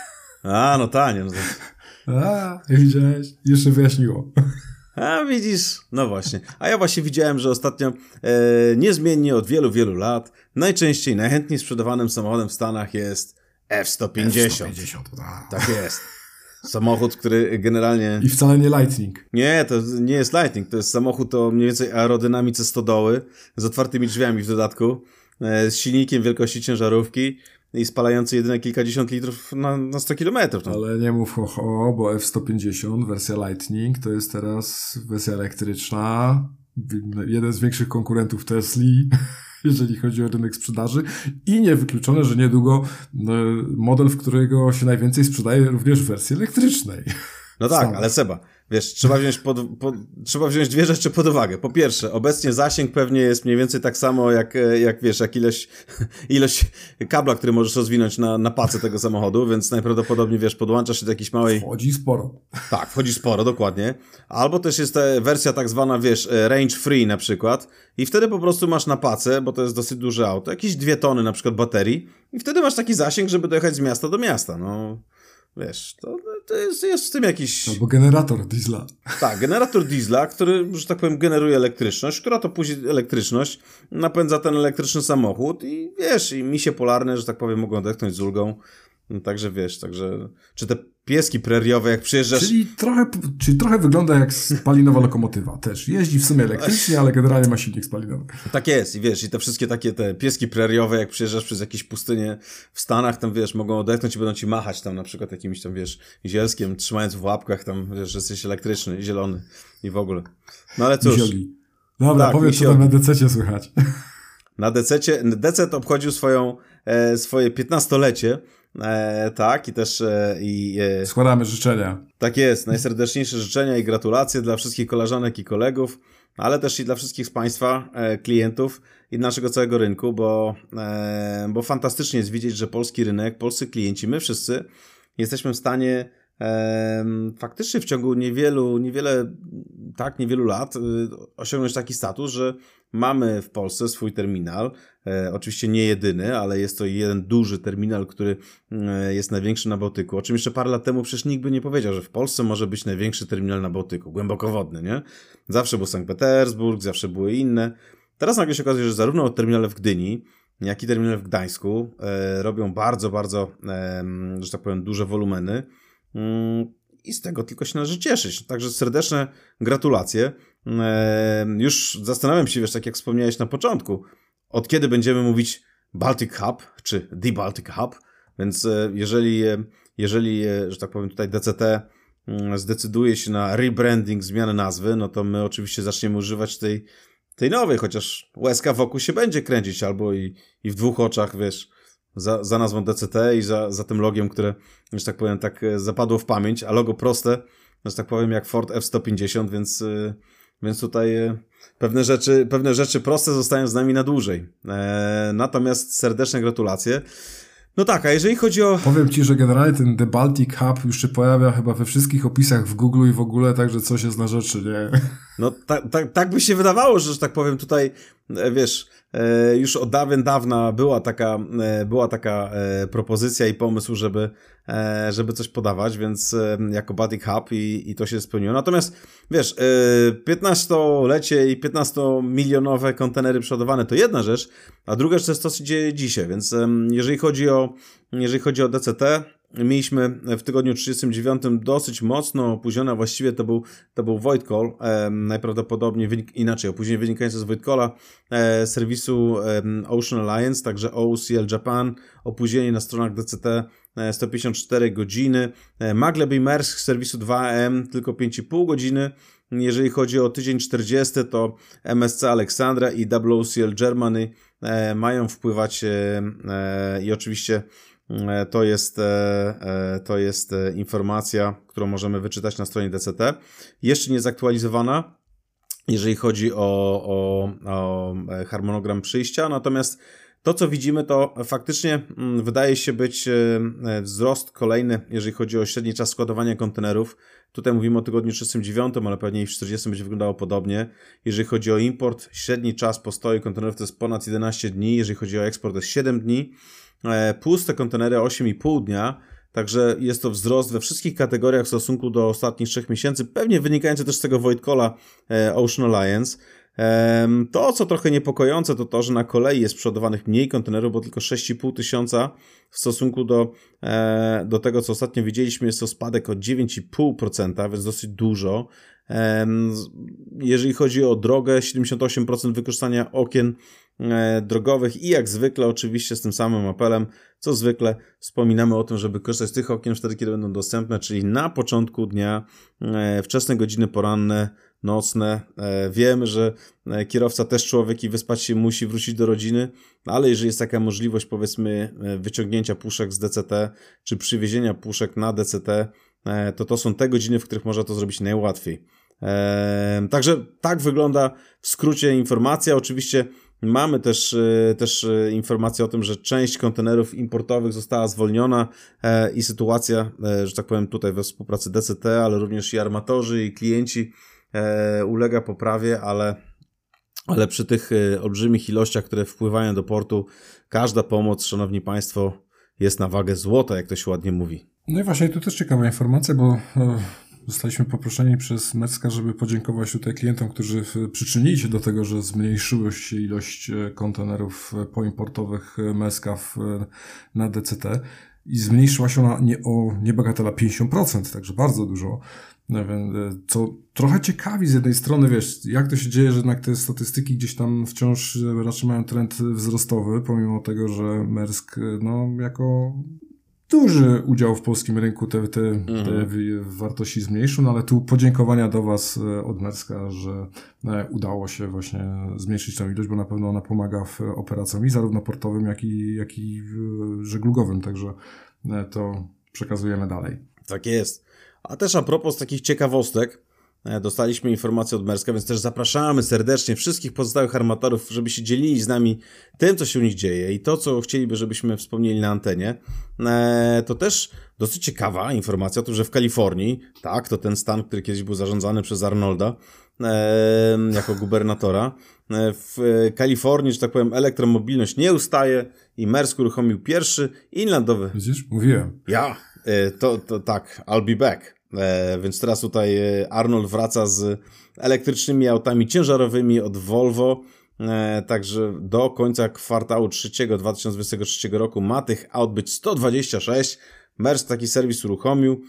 A, no tanie. No to... A, widziałeś? Jeszcze wyjaśniło. A widzisz, no właśnie. A ja właśnie widziałem, że ostatnio e, niezmiennie od wielu, wielu lat najczęściej, najchętniej sprzedawanym samochodem w Stanach jest F sto pięćdziesiąt. F sto pięćdziesiąt, tak. Tak jest. Samochód, który generalnie... I wcale nie Lightning. Nie, to nie jest Lightning, to jest samochód o mniej więcej aerodynamice stodoły, z otwartymi drzwiami w dodatku, e, z silnikiem wielkości ciężarówki i spalający jedynie kilkadziesiąt litrów na, na sto kilometrów. No. Ale nie mów ho, ho, bo F sto pięćdziesiąt, wersja Lightning, to jest teraz wersja elektryczna, jeden z większych konkurentów Tesli, jeżeli chodzi o rynek sprzedaży i niewykluczone, że niedługo model, w którego się najwięcej sprzedaje, również w wersji elektrycznej. No tak, ale Seba, wiesz, trzeba wziąć, pod, pod, trzeba wziąć dwie rzeczy pod uwagę. Po pierwsze, obecnie zasięg pewnie jest mniej więcej tak samo jak, jak wiesz, jak ilość, ilość kabla, który możesz rozwinąć na, na pacę tego samochodu, więc najprawdopodobniej, wiesz, podłączasz się do jakiejś małej... Wchodzi sporo. Tak, wchodzi sporo, dokładnie. Albo też jest ta wersja tak zwana, wiesz, range free na przykład i wtedy po prostu masz na pacę, bo to jest dosyć duże auto, jakieś dwie tony na przykład baterii i wtedy masz taki zasięg, żeby dojechać z miasta do miasta, no... Wiesz, to, to jest, jest w tym jakiś... Albo generator diesla. Tak, generator diesla, który, że tak powiem, generuje elektryczność, która to później elektryczność napędza ten elektryczny samochód i wiesz, i misie polarne, że tak powiem, mogą odetchnąć z ulgą. No, także wiesz, także... Czy te pieski preriowe, jak przyjeżdżasz... Czyli trochę, czyli trochę wygląda jak spalinowa lokomotywa też. Jeździ w sumie elektrycznie, ale generalnie ma silnik spalinowy. Tak jest i wiesz, i te wszystkie takie te pieski preriowe, jak przyjeżdżasz przez jakieś pustynie w Stanach, tam wiesz, mogą odetchnąć i będą ci machać tam na przykład jakimś tam, wiesz, zielskiem, trzymając w łapkach tam, wiesz, że jesteś elektryczny, zielony i w ogóle. No ale cóż... Misiogi. Dobra, tak, powiedz, co tam na D C-cie słychać. Na D C-cie, D C obchodził swoją, e, swoje piętnastolecie, e, tak, i też e, i... E, Składamy życzenia. Tak jest, najserdeczniejsze życzenia i gratulacje dla wszystkich koleżanek i kolegów, ale też i dla wszystkich z Państwa, e, klientów i naszego całego rynku, bo, e, bo fantastycznie jest widzieć, że polski rynek, polscy klienci, my wszyscy jesteśmy w stanie e, faktycznie w ciągu niewielu, niewiele, tak, niewielu lat e, osiągnąć taki status, że mamy w Polsce swój terminal, e, oczywiście nie jedyny, ale jest to jeden duży terminal, który e, jest największy na Bałtyku, o czym jeszcze parę lat temu przecież nikt by nie powiedział, że w Polsce może być największy terminal na Bałtyku, głębokowodny, nie? Zawsze był Sankt Petersburg, zawsze były inne. Teraz nagle się okazuje, że zarówno terminale w Gdyni, jak i terminale w Gdańsku e, robią bardzo, bardzo, e, że tak powiem, duże wolumeny. Mm, I z tego tylko się należy cieszyć. Także serdeczne gratulacje. E, już zastanawiam się, wiesz, tak jak wspomniałeś na początku, od kiedy będziemy mówić Baltic Hub, czy The Baltic Hub, więc e, jeżeli, e, jeżeli e, że tak powiem tutaj D C T e, zdecyduje się na rebranding, zmianę nazwy, no to my oczywiście zaczniemy używać tej, tej nowej, chociaż łezka wokół się będzie kręcić, albo i, i w dwóch oczach, wiesz, Za, za nazwą D C T i za, za tym logiem, które, że tak powiem, tak zapadło w pamięć, a logo proste, że tak powiem, jak Ford F sto pięćdziesiąt, więc, więc tutaj pewne rzeczy, pewne rzeczy proste zostają z nami na dłużej. E, natomiast serdeczne gratulacje. No tak, a jeżeli chodzi o... Powiem Ci, że generalnie ten The Baltic Hub już się pojawia chyba we wszystkich opisach w Google i w ogóle, także coś jest na rzeczy, nie? No tak, tak, tak by się wydawało, że, że tak powiem tutaj, wiesz, już od dawien dawna była taka, była taka propozycja i pomysł, żeby, żeby coś podawać, więc jako Baltic Hub i, i to się spełniło. Natomiast, wiesz, piętnastolecie i piętnastomilionowe kontenery przeładowane to jedna rzecz, a druga rzecz to jest to, co się dzieje dzisiaj, więc jeżeli chodzi o, jeżeli chodzi o D C T, mieliśmy w tygodniu trzydziestym dziewiątym dosyć mocno opóźnione, właściwie to był, to był void call, e, najprawdopodobniej wynik, inaczej, opóźnienie wynikające z void calla e, serwisu e, Ocean Alliance, także O C L Japan, opóźnienie na stronach D C T e, sto pięćdziesiąt cztery godziny, e, Magleb i Maersk serwisu dwa M tylko pięć i pół godziny. Jeżeli chodzi o tydzień czterdziesty, to M S C Aleksandra i W O C L Germany e, mają wpływać e, e, i oczywiście To jest, to jest informacja, którą możemy wyczytać na stronie D C T. Jeszcze nie zaktualizowana, jeżeli chodzi o, o, o harmonogram przyjścia, natomiast to, co widzimy, to faktycznie wydaje się być wzrost kolejny, jeżeli chodzi o średni czas składowania kontenerów. Tutaj mówimy o tygodniu trzydziestym dziewiątym, ale pewnie i w czterdziestym będzie wyglądało podobnie. Jeżeli chodzi o import, średni czas postoju kontenerów to jest ponad jedenaście dni, jeżeli chodzi o eksport to jest siedem dni. Puste kontenery osiem i pół dnia, także jest to wzrost we wszystkich kategoriach w stosunku do ostatnich trzech miesięcy, pewnie wynikający też z tego void calla Ocean Alliance. To, co trochę niepokojące, to to, że na kolei jest przeładowanych mniej kontenerów, bo tylko sześć i pół tysiąca w stosunku do, do tego, co ostatnio widzieliśmy, jest to spadek o dziewięć i pół procent, więc dosyć dużo. Jeżeli chodzi o drogę, siedemdziesiąt osiem procent wykorzystania okien drogowych i jak zwykle oczywiście z tym samym apelem, co zwykle wspominamy o tym, żeby korzystać z tych okien wtedy, kiedy będą dostępne, czyli na początku dnia, wczesne godziny poranne, nocne. Wiemy, że kierowca też człowiek i wyspać się musi, wrócić do rodziny, ale jeżeli jest taka możliwość, powiedzmy, wyciągnięcia puszek z D C T, czy przywiezienia puszek na D C T, to to są te godziny, w których można to zrobić najłatwiej. Także tak wygląda w skrócie informacja. Oczywiście mamy też, też informację o tym, że część kontenerów importowych została zwolniona i sytuacja, że tak powiem, tutaj we współpracy D C T, ale również i armatorzy, i klienci ulega poprawie, ale, ale przy tych olbrzymich ilościach, które wpływają do portu, każda pomoc, szanowni państwo, jest na wagę złota, jak to się ładnie mówi. No i właśnie tu też ciekawa informacja, bo zostaliśmy poproszeni przez Maerska, żeby podziękować tutaj klientom, którzy przyczynili się do tego, że zmniejszyła się ilość kontenerów poimportowych Maerska w, na D C T i zmniejszyła się ona nie, o niebagatela pięćdziesiąt procent, także bardzo dużo. Co trochę ciekawi z jednej strony, wiesz, jak to się dzieje, że jednak te statystyki gdzieś tam wciąż raczej mają trend wzrostowy, pomimo tego, że Maersk, no, jako duży udział w polskim rynku te, te, mhm. te wartości zmniejszył, no ale tu podziękowania do Was od Maerska, że udało się właśnie zmniejszyć tę ilość, bo na pewno ona pomaga w operacjom i zarówno portowym, jak i, jak i żeglugowym, także to przekazujemy dalej. Tak jest. A też a propos takich ciekawostek, dostaliśmy informację od Maerska, więc też zapraszamy serdecznie wszystkich pozostałych armatorów, żeby się dzielili z nami tym, co się u nich dzieje i to, co chcieliby, żebyśmy wspomnieli na antenie. To też dosyć ciekawa informacja o tym, że w Kalifornii, tak, to ten stan, który kiedyś był zarządzany przez Arnolda jako gubernatora, w Kalifornii, że tak powiem, elektromobilność nie ustaje i Maersk uruchomił pierwszy inlandowy... Widzisz? Mówiłem. Ja, to, to tak, I'll be back. E, więc teraz tutaj Arnold wraca z elektrycznymi autami ciężarowymi od Volvo, e, także do końca kwartału trzeciego dwa tysiące dwudziestego trzeciego roku ma tych aut być sto dwadzieścia sześć. Maersk taki serwis uruchomił.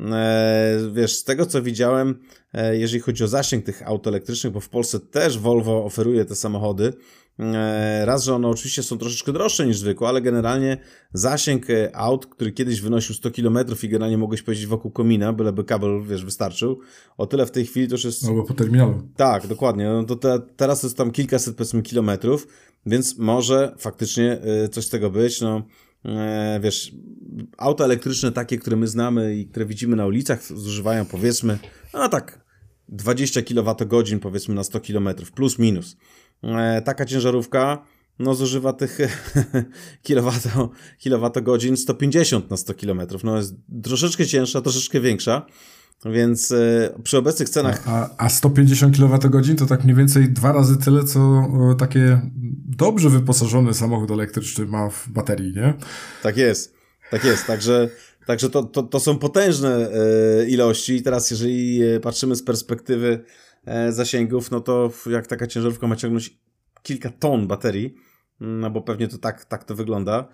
E, wiesz, z tego co widziałem, e, jeżeli chodzi o zasięg tych aut elektrycznych, bo w Polsce też Volvo oferuje te samochody, e, raz, że one oczywiście są troszeczkę droższe niż zwykłe, ale generalnie zasięg aut, który kiedyś wynosił sto kilometrów i generalnie mogłeś pojeździć wokół komina, byleby kabel, wiesz, wystarczył, o tyle w tej chwili to już jest... Albo po terminalu. Tak, dokładnie, no to te, teraz jest tam kilkaset, powiedzmy, kilometrów, więc może faktycznie y, coś z tego być, no... Wiesz, auta elektryczne takie, które my znamy i które widzimy na ulicach, zużywają, powiedzmy, no tak dwadzieścia kilowatogodzin, powiedzmy, na sto kilometrów, plus minus. Taka ciężarówka, no zużywa tych kilowato, kilowatogodzin sto pięćdziesiąt na sto kilometrów. No jest troszeczkę cięższa, troszeczkę większa. Więc y, przy obecnych cenach... A, a sto pięćdziesiąt kilowatogodzin to tak mniej więcej dwa razy tyle, co o, takie dobrze wyposażony samochód elektryczny ma w baterii, nie? Tak jest, tak jest. Także, także to, to, to są potężne y, ilości i teraz jeżeli patrzymy z perspektywy y, zasięgów, no to jak taka ciężarówka ma ciągnąć kilka ton baterii, no bo pewnie to tak, tak to wygląda,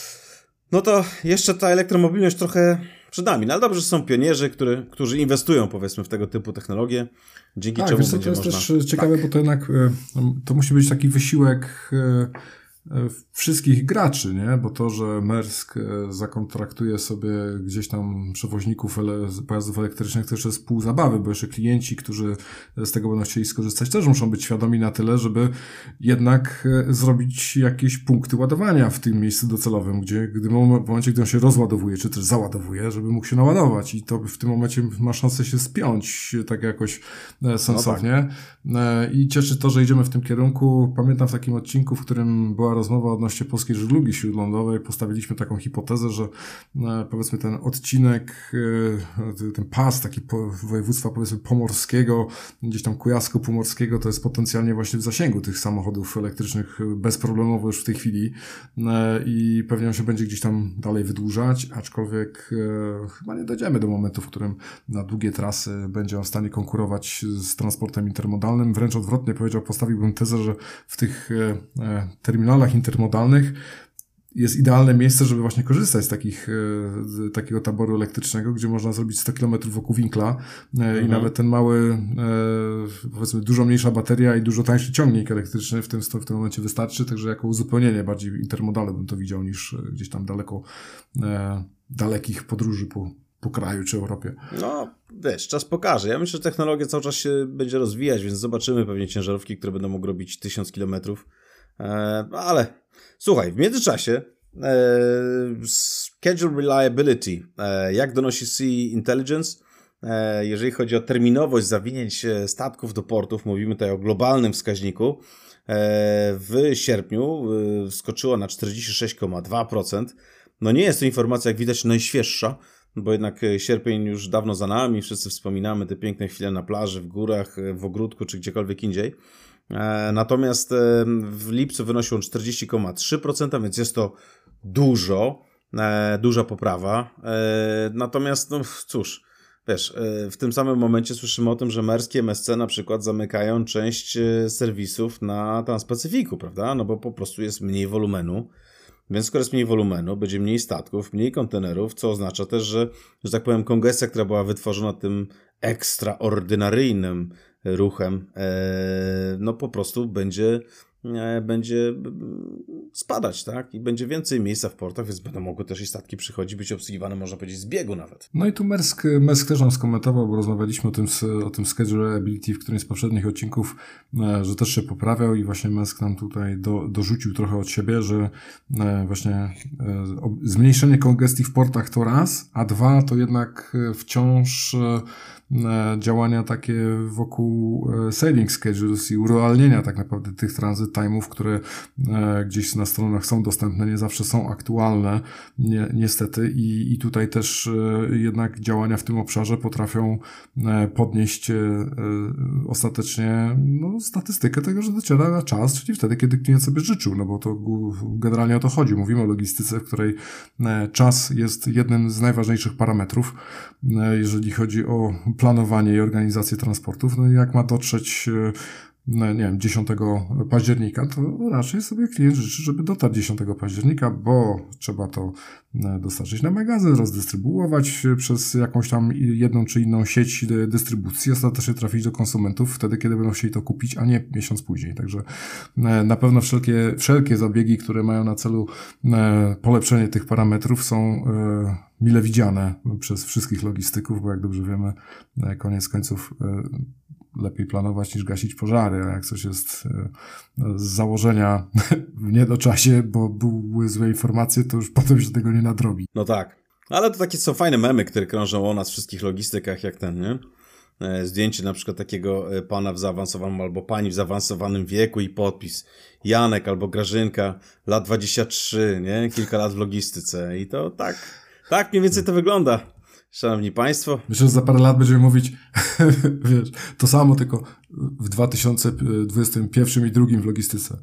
no to jeszcze ta elektromobilność trochę przed nami. No ale dobrze, że są pionierzy, który, którzy inwestują, powiedzmy, w tego typu technologie, dzięki tak, czemu wiesz, będzie to jest można... też ciekawe, tak. Bo to jednak to musi być taki wysiłek wszystkich graczy, nie? Bo to, że Maersk zakontraktuje sobie gdzieś tam przewoźników ele- pojazdów elektrycznych, to jeszcze jest pół zabawy, bo jeszcze klienci, którzy z tego będą chcieli skorzystać, też muszą być świadomi na tyle, żeby jednak zrobić jakieś punkty ładowania w tym miejscu docelowym, gdzie gdy w momencie, gdy on się rozładowuje, czy też załadowuje, żeby mógł się naładować i to w tym momencie ma szansę się spiąć tak jakoś sensownie. No tak. I cieszy to, że idziemy w tym kierunku. Pamiętam w takim odcinku, w którym była rozmowa odnośnie polskiej żeglugi śródlądowej, postawiliśmy taką hipotezę, że e, powiedzmy ten odcinek, e, ten pas taki po, województwa powiedzmy pomorskiego, gdzieś tam kujawsko-pomorskiego, to jest potencjalnie właśnie w zasięgu tych samochodów elektrycznych bezproblemowo już w tej chwili e, i pewnie on się będzie gdzieś tam dalej wydłużać, aczkolwiek e, chyba nie dojdziemy do momentu, w którym na długie trasy będzie on w stanie konkurować z transportem intermodalnym. Wręcz odwrotnie powiedział, postawiłbym tezę, że w tych e, terminalach intermodalnych jest idealne miejsce, żeby właśnie korzystać z takich, z takiego taboru elektrycznego, gdzie można zrobić sto kilometrów wokół winkla mhm. i nawet ten mały, powiedzmy dużo mniejsza bateria i dużo tańszy ciągnik elektryczny w tym, w tym momencie wystarczy, także jako uzupełnienie bardziej intermodalne bym to widział niż gdzieś tam daleko, dalekich podróży po, po kraju czy Europie. No, wiesz, czas pokaże. Ja myślę, że technologia cały czas się będzie rozwijać, więc zobaczymy pewnie ciężarówki, które będą mogły robić tysiąc kilometrów, ale słuchaj, w międzyczasie e, schedule reliability, e, jak donosi Sea Intelligence, e, jeżeli chodzi o terminowość zawinięć statków do portów, mówimy tutaj o globalnym wskaźniku, e, w sierpniu e, skoczyło na czterdzieści sześć przecinek dwa procent. No nie jest to informacja, jak widać, najświeższa, bo jednak sierpień już dawno za nami, wszyscy wspominamy te piękne chwile na plaży, w górach, w ogródku czy gdziekolwiek indziej. Natomiast w lipcu wynosiło czterdzieści przecinek trzy procent, więc jest to dużo, duża poprawa. Natomiast, no cóż, wiesz, w tym samym momencie słyszymy o tym, że Maersk i M S C na przykład zamykają część serwisów na Transpacyfiku, prawda? No bo po prostu jest mniej wolumenu. Więc skoro jest mniej wolumenu, będzie mniej statków, mniej kontenerów, co oznacza też, że, że tak powiem, kongestia, która była wytworzona tym ekstraordynaryjnym ruchem, e, no po prostu będzie, e, będzie spadać, tak? I będzie więcej miejsca w portach, więc będą mogły też i statki przychodzić, być obsługiwane, można powiedzieć, z biegu nawet. No i tu Maersk, Maersk też nam skomentował, bo rozmawialiśmy o tym, o tym schedule reliability w którymś z poprzednich odcinków, e, że też się poprawiał i właśnie Maersk nam tutaj do, dorzucił trochę od siebie, że e, właśnie e, o, zmniejszenie kongestii w portach to raz, a dwa to jednak wciąż e, działania takie wokół sailing schedules i urealnienia tak naprawdę tych transit time'ów, które gdzieś na stronach są dostępne, nie zawsze są aktualne, ni- niestety i, i tutaj też jednak działania w tym obszarze potrafią podnieść ostatecznie no, statystykę tego, że dociera na czas, czyli wtedy, kiedy klient sobie życzył, no bo to generalnie o to chodzi. Mówimy o logistyce, w której czas jest jednym z najważniejszych parametrów, jeżeli chodzi o planowanie i organizację transportów. No i jak ma dotrzeć, no nie wiem, dziesiątego października, to raczej sobie klient życzy, żeby dotarł dziesiątego października, bo trzeba to dostarczyć na magazyn, rozdystrybuować przez jakąś tam jedną czy inną sieć dystrybucji, ostatecznie trafić do konsumentów wtedy, kiedy będą chcieli to kupić, a nie miesiąc później. Także na pewno wszelkie, wszelkie zabiegi, które mają na celu polepszenie tych parametrów są mile widziane przez wszystkich logistyków, bo jak dobrze wiemy, koniec końców lepiej planować niż gasić pożary, a jak coś jest z założenia w niedoczasie, bo były złe informacje, to już potem się tego nie nadrobi. No tak, ale to takie są fajne memy, które krążą o nas wszystkich logistykach, jak ten, nie? Zdjęcie na przykład takiego pana w zaawansowanym albo pani w zaawansowanym wieku i podpis Janek albo Grażynka, lat dwadzieścia trzy, nie? Kilka lat w logistyce i to tak, tak mniej więcej to wygląda. Szanowni Państwo. Myślę, że za parę lat będziemy mówić wiesz, to samo, tylko w dwa tysiące dwudziestym pierwszym i drugim w logistyce.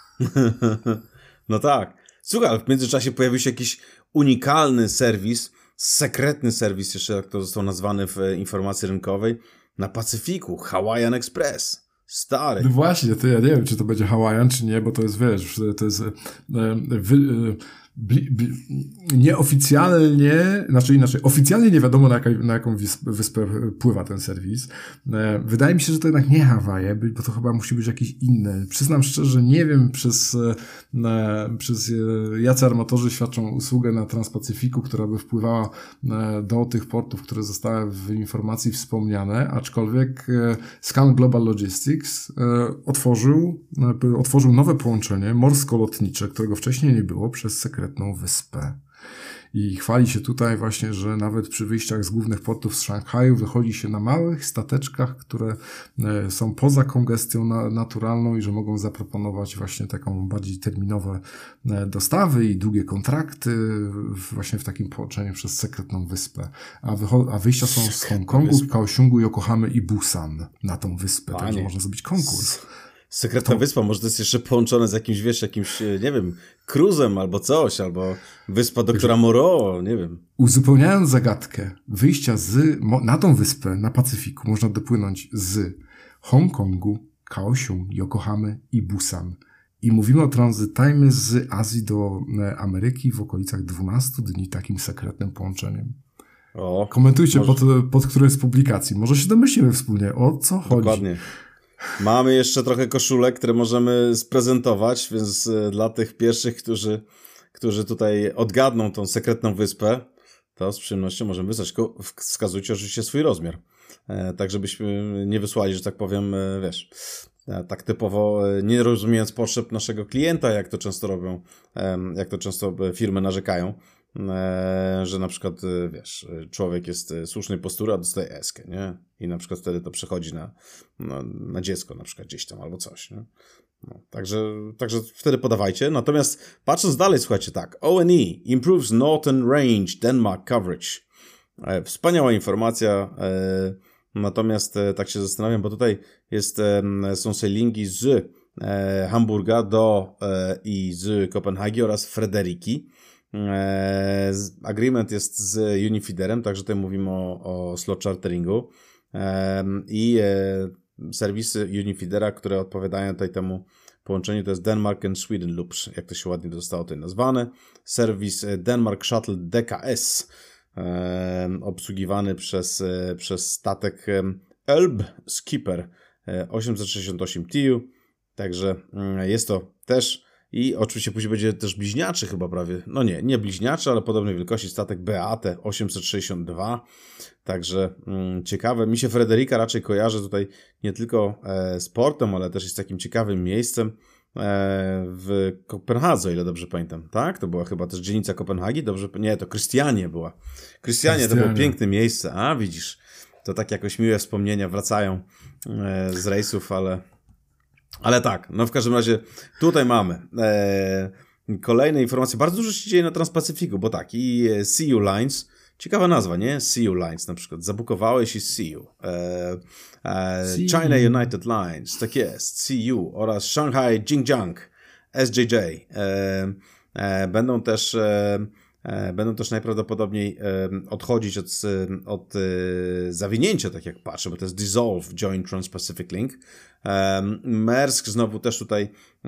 No tak. Słuchaj, ale w międzyczasie pojawił się jakiś unikalny serwis, sekretny serwis, jeszcze jak to został nazwany w informacji rynkowej, na Pacyfiku, Hawaiian Express. Stary. No właśnie, to ja nie wiem, czy to będzie Hawaiian, czy nie, bo to jest, wiesz, to jest... E, wy, e, Bli, bli, nieoficjalnie, znaczy inaczej, oficjalnie nie wiadomo na, jak, na jaką wyspę pływa ten serwis. E, wydaje mi się, że to jednak nie Hawaje, bo to chyba musi być jakieś inne. Przyznam szczerze, nie wiem, przez, e, przez e, jacy armatorzy świadczą usługę na Transpacyfiku, która by wpływała e, do tych portów, które zostały w informacji wspomniane, aczkolwiek e, Scan Global Logistics e, otworzył, e, otworzył nowe połączenie morsko-lotnicze, którego wcześniej nie było, przez sekretną wyspę. I chwali się tutaj właśnie, że nawet przy wyjściach z głównych portów z Szanghaju wychodzi się na małych stateczkach, które są poza kongestią na, naturalną i że mogą zaproponować właśnie taką bardziej terminowe dostawy i długie kontrakty właśnie w takim połączeniu przez sekretną wyspę. A, wycho- a wyjścia są z Hongkongu, Kaohsiungu, Yokohamy i Busan na tą wyspę. Panie. Także można zrobić konkurs. Sekretna to... wyspa, może to jest jeszcze połączone z jakimś, wiesz, jakimś, nie wiem, cruzem albo coś, albo wyspa doktora Moreau, nie wiem. Uzupełniając zagadkę, wyjścia z, na tą wyspę, na Pacyfiku, można dopłynąć z Hongkongu, Kaohsiung, Yokohamy i Busan. I mówimy o transit time z Azji do Ameryki w okolicach dwunastu dni takim sekretnym połączeniem. O, Komentujcie może... pod, pod którejś z publikacji. Może się domyślimy wspólnie, o co chodzi. Dokładnie. Mamy jeszcze trochę koszulek, które możemy sprezentować, więc dla tych pierwszych, którzy, którzy tutaj odgadną tą sekretną wyspę, to z przyjemnością możemy wysłać. Wskazujcie oczywiście swój rozmiar. E, tak, żebyśmy nie wysłali, że tak powiem, e, wiesz, e, tak typowo, e, nie rozumiejąc potrzeb naszego klienta, jak to często robią, e, jak to często firmy narzekają, e, że na przykład, e, wiesz, człowiek jest e, słusznej postury, a dostaje eskę, nie? I na przykład wtedy to przechodzi na, na, na dziecko na przykład gdzieś tam albo coś, nie? No, także, także wtedy podawajcie. Natomiast patrząc dalej, słuchajcie, tak. O N E improves Northern Range Denmark coverage. E, wspaniała informacja. E, natomiast e, tak się zastanawiam, bo tutaj jest, e, są sailingi z e, Hamburga do e, i z Kopenhagi oraz Frederiki. E, agreement jest z Unifiderem, także tutaj mówimy o, o slot charteringu. E, I e, serwisy Unifidera, które odpowiadają tutaj temu połączeniu, to jest Denmark and Sweden Loops, jak to się ładnie zostało tutaj nazwane. Serwis Denmark Shuttle D K S, e, obsługiwany przez, e, przez statek e, Elb Skipper e, osiemset sześćdziesiąt osiem T U, także e, jest to też i oczywiście później będzie też bliźniaczy chyba prawie, no nie, nie bliźniaczy, ale podobnej wielkości statek Beate osiemset sześćdziesiąt dwa, także mm, ciekawe. Mi się Frederika raczej kojarzy tutaj nie tylko e, z portem, ale też jest takim ciekawym miejscem e, w Kopenhadze, o ile dobrze pamiętam, tak? To była chyba też dzielnica Kopenhagi, dobrze? Nie, to Krystianie była. Krystianie to było piękne miejsce, a widzisz, to tak jakoś miłe wspomnienia wracają e, z rejsów, ale... Ale tak, no w każdym razie tutaj mamy e, kolejne informacje. Bardzo dużo się dzieje na Transpacyfiku, bo tak, i C U Lines, ciekawa nazwa, nie? C U Lines na przykład, zabukowałeś i C U. E, e, China United Lines, tak jest, C U oraz Shanghai Jingjiang, S J J. E, e, będą też... E, Będą też najprawdopodobniej odchodzić od, od zawinięcia, tak jak patrzę, bo to jest Dissolve Joint Trans-Pacific Link. Maersk znowu też tutaj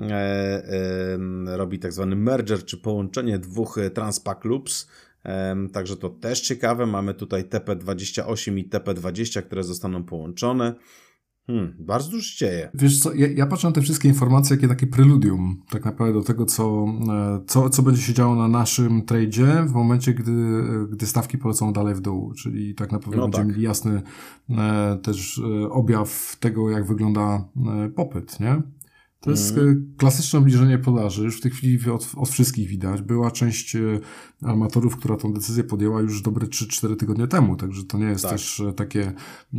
robi tak zwany merger, czy połączenie dwóch Transpac Loops. Także to też ciekawe. Mamy tutaj T P dwadzieścia osiem i T P dwadzieścia, które zostaną połączone. Hmm, bardzo dużo się dzieje. Wiesz co, ja, ja patrzę na te wszystkie informacje, jakie takie preludium tak naprawdę do tego, co, co, co będzie się działo na naszym tradzie w momencie, gdy, gdy stawki polecą dalej w dół, czyli tak naprawdę no będziemy tak. mieli jasny e, też e, objaw tego, jak wygląda e, popyt, nie? To jest mm. klasyczne obniżenie podaży, już w tej chwili od, od wszystkich widać. Była część armatorów, która tą decyzję podjęła już dobre trzy cztery tygodnie temu, także to nie jest tak. też takie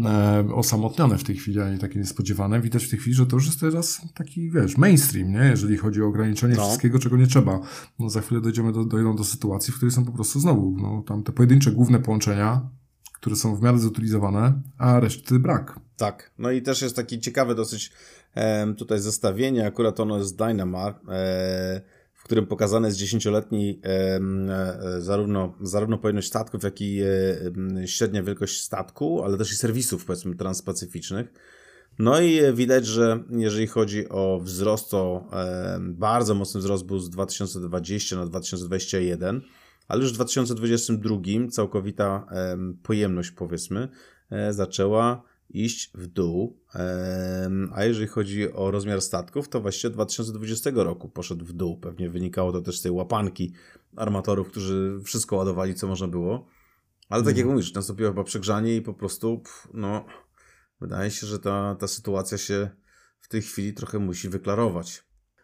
e, osamotnione w tej chwili, ani takie niespodziewane. Widać w tej chwili, że to już jest teraz taki, wiesz, mainstream, nie? Jeżeli chodzi o ograniczenie no. wszystkiego, czego nie trzeba. No, za chwilę dojdziemy do, dojdą do sytuacji, w której są po prostu znowu no, tam te pojedyncze główne połączenia, które są w miarę zutylizowane, a reszty brak. Tak, no i też jest taki ciekawy dosyć e, tutaj zestawienie, akurat ono jest Dynamar, e, w którym pokazane jest dziesięcioletni e, e, zarówno, zarówno pojemność statków, jak i e, średnia wielkość statku, ale też i serwisów, powiedzmy, transpacyficznych. No i widać, że jeżeli chodzi o wzrost, to e, bardzo mocny wzrost był z dwa tysiące dwudziestego na dwa tysiące dwudziesty pierwszy, ale już w dwa tysiące dwudziestym drugim całkowita e, pojemność, powiedzmy, e, zaczęła iść w dół, e, a jeżeli chodzi o rozmiar statków, to właściwie od dwa tysiące dwudziestego roku poszedł w dół. Pewnie wynikało to też z tej łapanki armatorów, którzy wszystko ładowali, co można było. Ale tak jak mówisz, nastąpiło chyba przegrzanie i po prostu, pff, no, wydaje się, że ta, ta sytuacja się w tej chwili trochę musi wyklarować.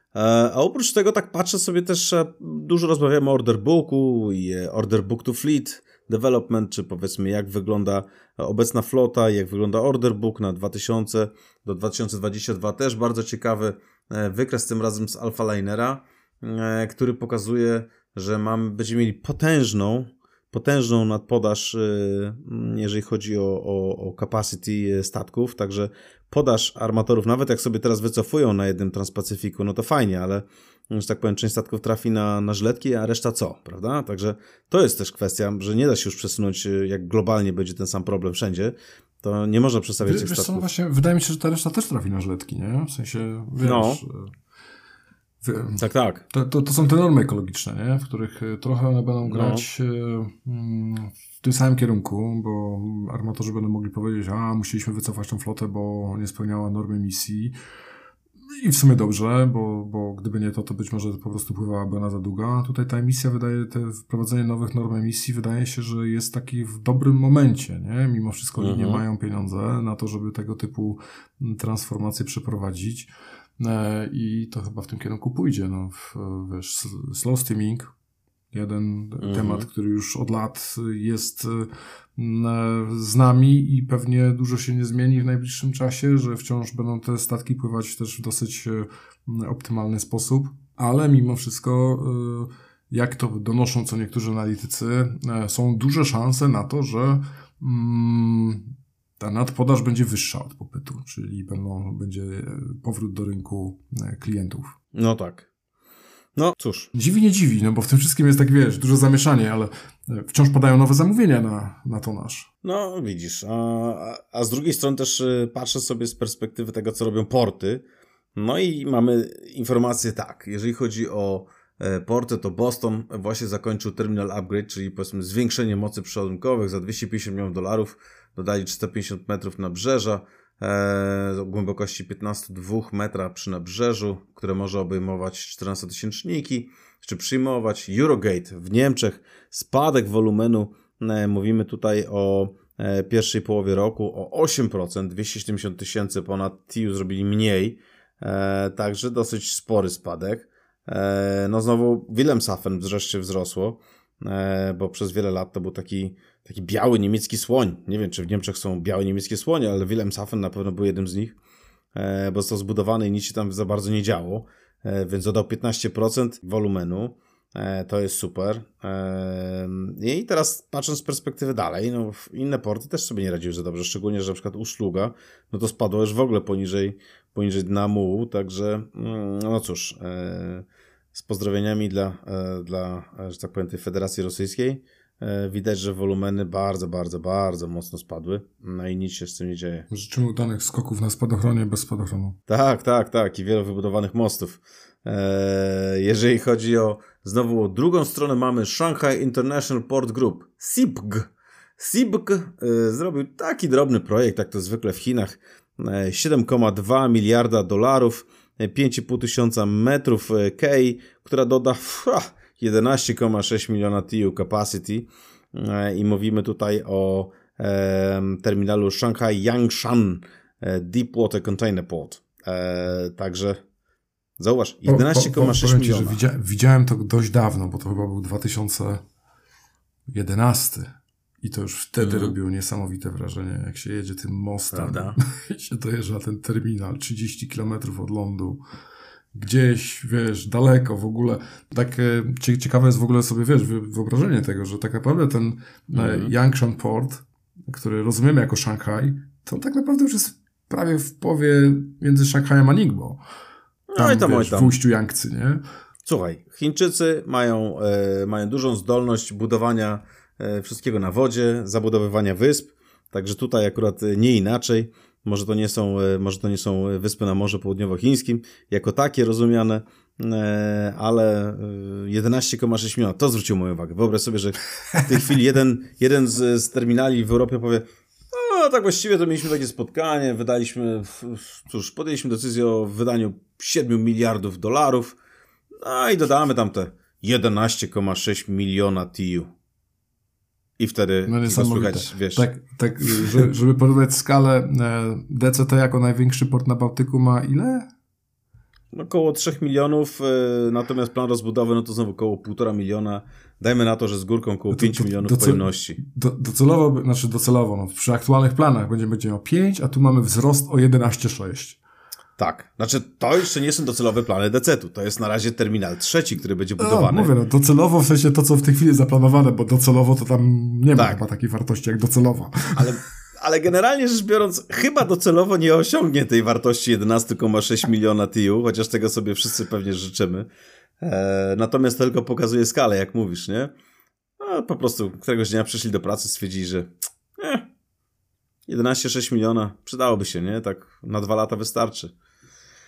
A oprócz tego tak patrzę sobie też, dużo rozmawiamy o order booku i order book to fleet development, czy powiedzmy jak wygląda obecna flota, jak wygląda order book na dwa tysiące do dwa tysiące dwudziestego drugiego. Też bardzo ciekawy wykres tym razem z Alpha Linera, który pokazuje, że mamy, będziemy mieli potężną potężną nadpodaż, jeżeli chodzi o, o, o capacity statków, także podaż armatorów, nawet jak sobie teraz wycofują na jednym Transpacyfiku, no to fajnie, ale, że tak powiem, część statków trafi na, na żyletki, a reszta co, prawda? Także to jest też kwestia, że nie da się już przesunąć, jak globalnie będzie ten sam problem wszędzie, to nie można przestawiać tych wiesz statków. Co, właśnie, wydaje mi się, że ta reszta też trafi na żyletki, nie? W sensie, wiesz... No. Tak, tak. To, to, to są te normy ekologiczne, nie? W których trochę one będą grać no. w tym samym kierunku, bo armatorzy będą mogli powiedzieć, a musieliśmy wycofać tą flotę, bo nie spełniała normy emisji. I w sumie dobrze, bo, bo gdyby nie to, to być może po prostu pływałaby ona za długo. A tutaj ta emisja wydaje, te wprowadzenie nowych norm emisji wydaje się, że jest taki w dobrym momencie, nie? Mimo wszystko mhm. linie mają pieniądze na to, żeby tego typu transformacje przeprowadzić. I to chyba w tym kierunku pójdzie. No, wiesz, slow steaming, jeden mhm. temat, który już od lat jest z nami i pewnie dużo się nie zmieni w najbliższym czasie, że wciąż będą te statki pływać też w dosyć optymalny sposób, ale mimo wszystko, jak to donoszą co niektórzy analitycy, są duże szanse na to, że ta nadpodaż będzie wyższa od popytu, czyli będą, będzie powrót do rynku klientów. No tak. No cóż. Dziwi nie dziwi, no bo w tym wszystkim jest tak, wiesz, duże zamieszanie, ale wciąż padają nowe zamówienia na, na tonaż. No widzisz, a, a z drugiej strony też patrzę sobie z perspektywy tego, co robią porty. No i mamy informację tak, jeżeli chodzi o porty, to Boston właśnie zakończył terminal upgrade, czyli powiedzmy zwiększenie mocy przeładunkowych za dwieście pięćdziesiąt milionów dolarów, dodali trzysta pięćdziesiąt metrów nabrzeża, e, o głębokości piętnaście przecinek dwa metra przy nabrzeżu, które może obejmować czternastotysięczniki, czy przyjmować. Eurogate w Niemczech, spadek wolumenu, e, mówimy tutaj o e, pierwszej połowie roku o osiem procent, dwieście siedemdziesiąt tysięcy ponad T I U zrobili mniej, e, także dosyć spory spadek. E, no znowu Wilhelmshaven wreszcie wzrosło, e, bo przez wiele lat to był taki taki biały niemiecki słoń. Nie wiem, czy w Niemczech są białe niemieckie słonie, ale Wilhelmshaven na pewno był jednym z nich, e, bo został zbudowany i nic się tam za bardzo nie działo, e, więc dodał piętnaście procent wolumenu. E, to jest super. E, I teraz patrząc z perspektywy dalej, no inne porty też sobie nie radziły za dobrze, szczególnie, że na przykład Usługa, no to spadło już w ogóle poniżej, poniżej dna mułu, także mm, no cóż, e, z pozdrowieniami dla, e, dla, że tak powiem, tej Federacji Rosyjskiej. Widać, że wolumeny bardzo, bardzo, bardzo mocno spadły. No i nic się z tym nie dzieje. Życzymy udanych skoków na spadochronie bez spadochronu. Tak, tak, tak. I wielu wybudowanych mostów. Eee, jeżeli chodzi o znowu o drugą stronę, mamy Shanghai International Port Group. S I P G. S I P G e, zrobił taki drobny projekt, jak to zwykle w Chinach. E, siedem przecinek dwa miliarda dolarów, pięć i pół tysiąca metrów kei, która doda fuh, jedenaście przecinek sześć miliona T I U capacity e, i mówimy tutaj o e, terminalu Shanghai Yangshan e, Deepwater Container Port. E, także zauważ, jedenaście przecinek sześć miliona. Ci, że widzia, widziałem to dość dawno, bo to chyba był dwa tysiące jedenasty i to już wtedy mm. robiło niesamowite wrażenie, jak się jedzie tym mostem i się dojeżdża ten terminal trzydzieści kilometrów od lądu. Gdzieś, wiesz, daleko w ogóle. Tak e, ciekawe jest w ogóle sobie, wiesz, wyobrażenie tego, że tak naprawdę ten mm. Yangshan Port, który rozumiemy jako Szanghaj, to tak naprawdę już jest prawie w połowie między Szanghajem a Ningbo. Tam, no i tam, wiesz, tam. W ujściu Yangtze, nie? Słuchaj, Chińczycy mają, e, mają dużą zdolność budowania e, wszystkiego na wodzie, zabudowywania wysp, także tutaj akurat nie inaczej. Może to nie są, może to nie są wyspy na Morzu Południowochińskim, jako takie rozumiane, ale jedenaście przecinek sześć miliona, to zwróciło moją uwagę. Wyobraź sobie, że w tej chwili jeden, jeden z, z terminali w Europie powie, no tak właściwie to mieliśmy takie spotkanie, wydaliśmy, cóż, podjęliśmy decyzję o wydaniu siedem miliardów dolarów, no i dodamy tam te jedenaście przecinek sześć miliona T I U. I wtedy no słychać, wiesz. Tak, tak że, żeby porównać skalę, D C T jako największy port na Bałtyku ma ile? Około trzech milionów, natomiast plan rozbudowy, no to znowu około półtora miliona. Dajmy na to, że z górką około pięć milionów do, pojemności. Do, docelowo, znaczy docelowo, no, przy aktualnych planach będziemy, będzie miał pięć, a tu mamy wzrost o jedenaście przecinek sześć. Tak, znaczy to jeszcze nie są docelowe plany D C T-u, to jest na razie terminal trzeci, który będzie budowany. A, mówię, no docelowo w sensie to, co w tej chwili jest zaplanowane, bo docelowo to tam nie ma tak. chyba takiej wartości jak docelowo. Ale, ale generalnie rzecz biorąc, chyba docelowo nie osiągnie tej wartości jedenaście przecinek sześć miliona T I U, chociaż tego sobie wszyscy pewnie życzymy. E, natomiast to tylko pokazuje skalę, jak mówisz, nie? A po prostu któregoś dnia przyszli do pracy, stwierdzili, że eh, jedenaście przecinek sześć miliona przydałoby się, nie? Tak na dwa lata wystarczy.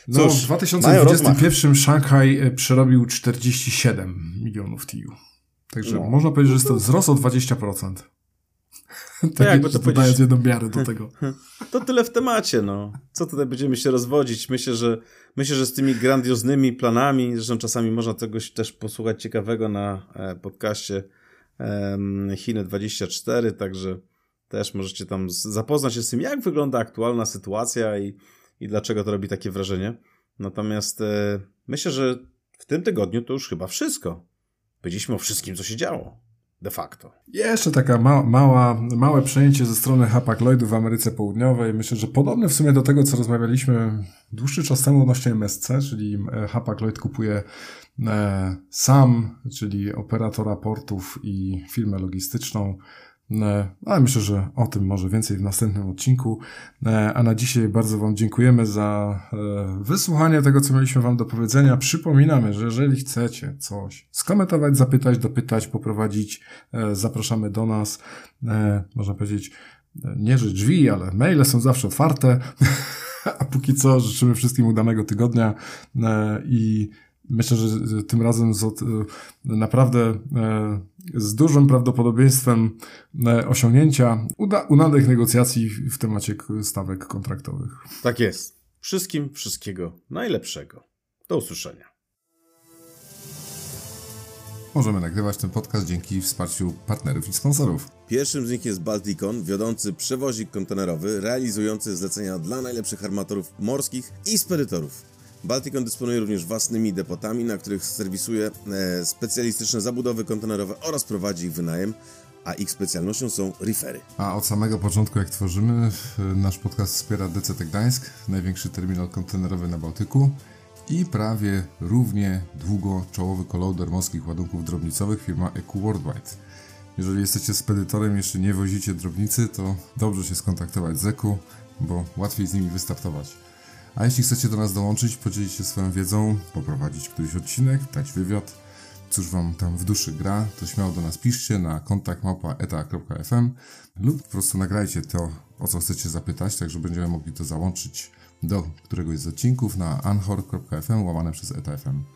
No, Cóż, w dwa tysiące dwudziestym pierwszym Szanghaj przerobił czterdzieści siedem milionów T I U. Także no. można powiedzieć, że jest to wzrost o dwadzieścia procent. Tak, jakby to dodając jedną miarę do tego. To tyle w temacie, no. Co tutaj będziemy się rozwodzić? Myślę, że myślę, że z tymi grandioznymi planami, zresztą czasami można czegoś też posłuchać ciekawego na podcaście Chiny dwadzieścia cztery, także też możecie tam zapoznać się z tym, jak wygląda aktualna sytuacja i, i dlaczego to robi takie wrażenie. Natomiast e, myślę, że w tym tygodniu to już chyba wszystko. Powiedzieliśmy o wszystkim, co się działo. De facto. Jeszcze taka ma, mała, małe przejęcie ze strony Hapag-Lloydu w Ameryce Południowej. Myślę, że podobne w sumie do tego, co rozmawialiśmy dłuższy czas temu odnośnie M S C, czyli Hapag-Lloyd kupuje e, sam, czyli operatora portów i firmę logistyczną. Ale myślę, że o tym może więcej w następnym odcinku. A na dzisiaj bardzo Wam dziękujemy za wysłuchanie tego, co mieliśmy Wam do powiedzenia. Przypominamy, że jeżeli chcecie coś skomentować, zapytać, dopytać, poprowadzić, zapraszamy do nas. Można powiedzieć, nie że drzwi, ale maile są zawsze otwarte. A póki co życzymy wszystkim udanego tygodnia i myślę, że tym razem z, naprawdę z dużym prawdopodobieństwem osiągnięcia uda, udanych negocjacji w temacie stawek kontraktowych. Tak jest. Wszystkim wszystkiego najlepszego. Do usłyszenia. Możemy nagrywać ten podcast dzięki wsparciu partnerów i sponsorów. Pierwszym z nich jest Balticon, wiodący przewozik kontenerowy, realizujący zlecenia dla najlepszych armatorów morskich i spedytorów. Balticon dysponuje również własnymi depotami, na których serwisuje e, specjalistyczne zabudowy kontenerowe oraz prowadzi ich wynajem, a ich specjalnością są reefery. A od samego początku, jak tworzymy, nasz podcast wspiera D C T Gdańsk, największy terminal kontenerowy na Bałtyku i prawie równie długo czołowy kolauder morskich ładunków drobnicowych, firma E Q Worldwide. Jeżeli jesteście spedytorem i jeszcze nie wozicie drobnicy, to dobrze się skontaktować z E Q, bo łatwiej z nimi wystartować. A jeśli chcecie do nas dołączyć, podzielić się swoją wiedzą, poprowadzić któryś odcinek, dać wywiad, cóż Wam tam w duszy gra, to śmiało do nas piszcie na kontakt małpa eta kropka f m lub po prostu nagrajcie to, o co chcecie zapytać, tak że będziemy mogli to załączyć do któregoś z odcinków na anchor kropka f m łamane przez eta kropka f m.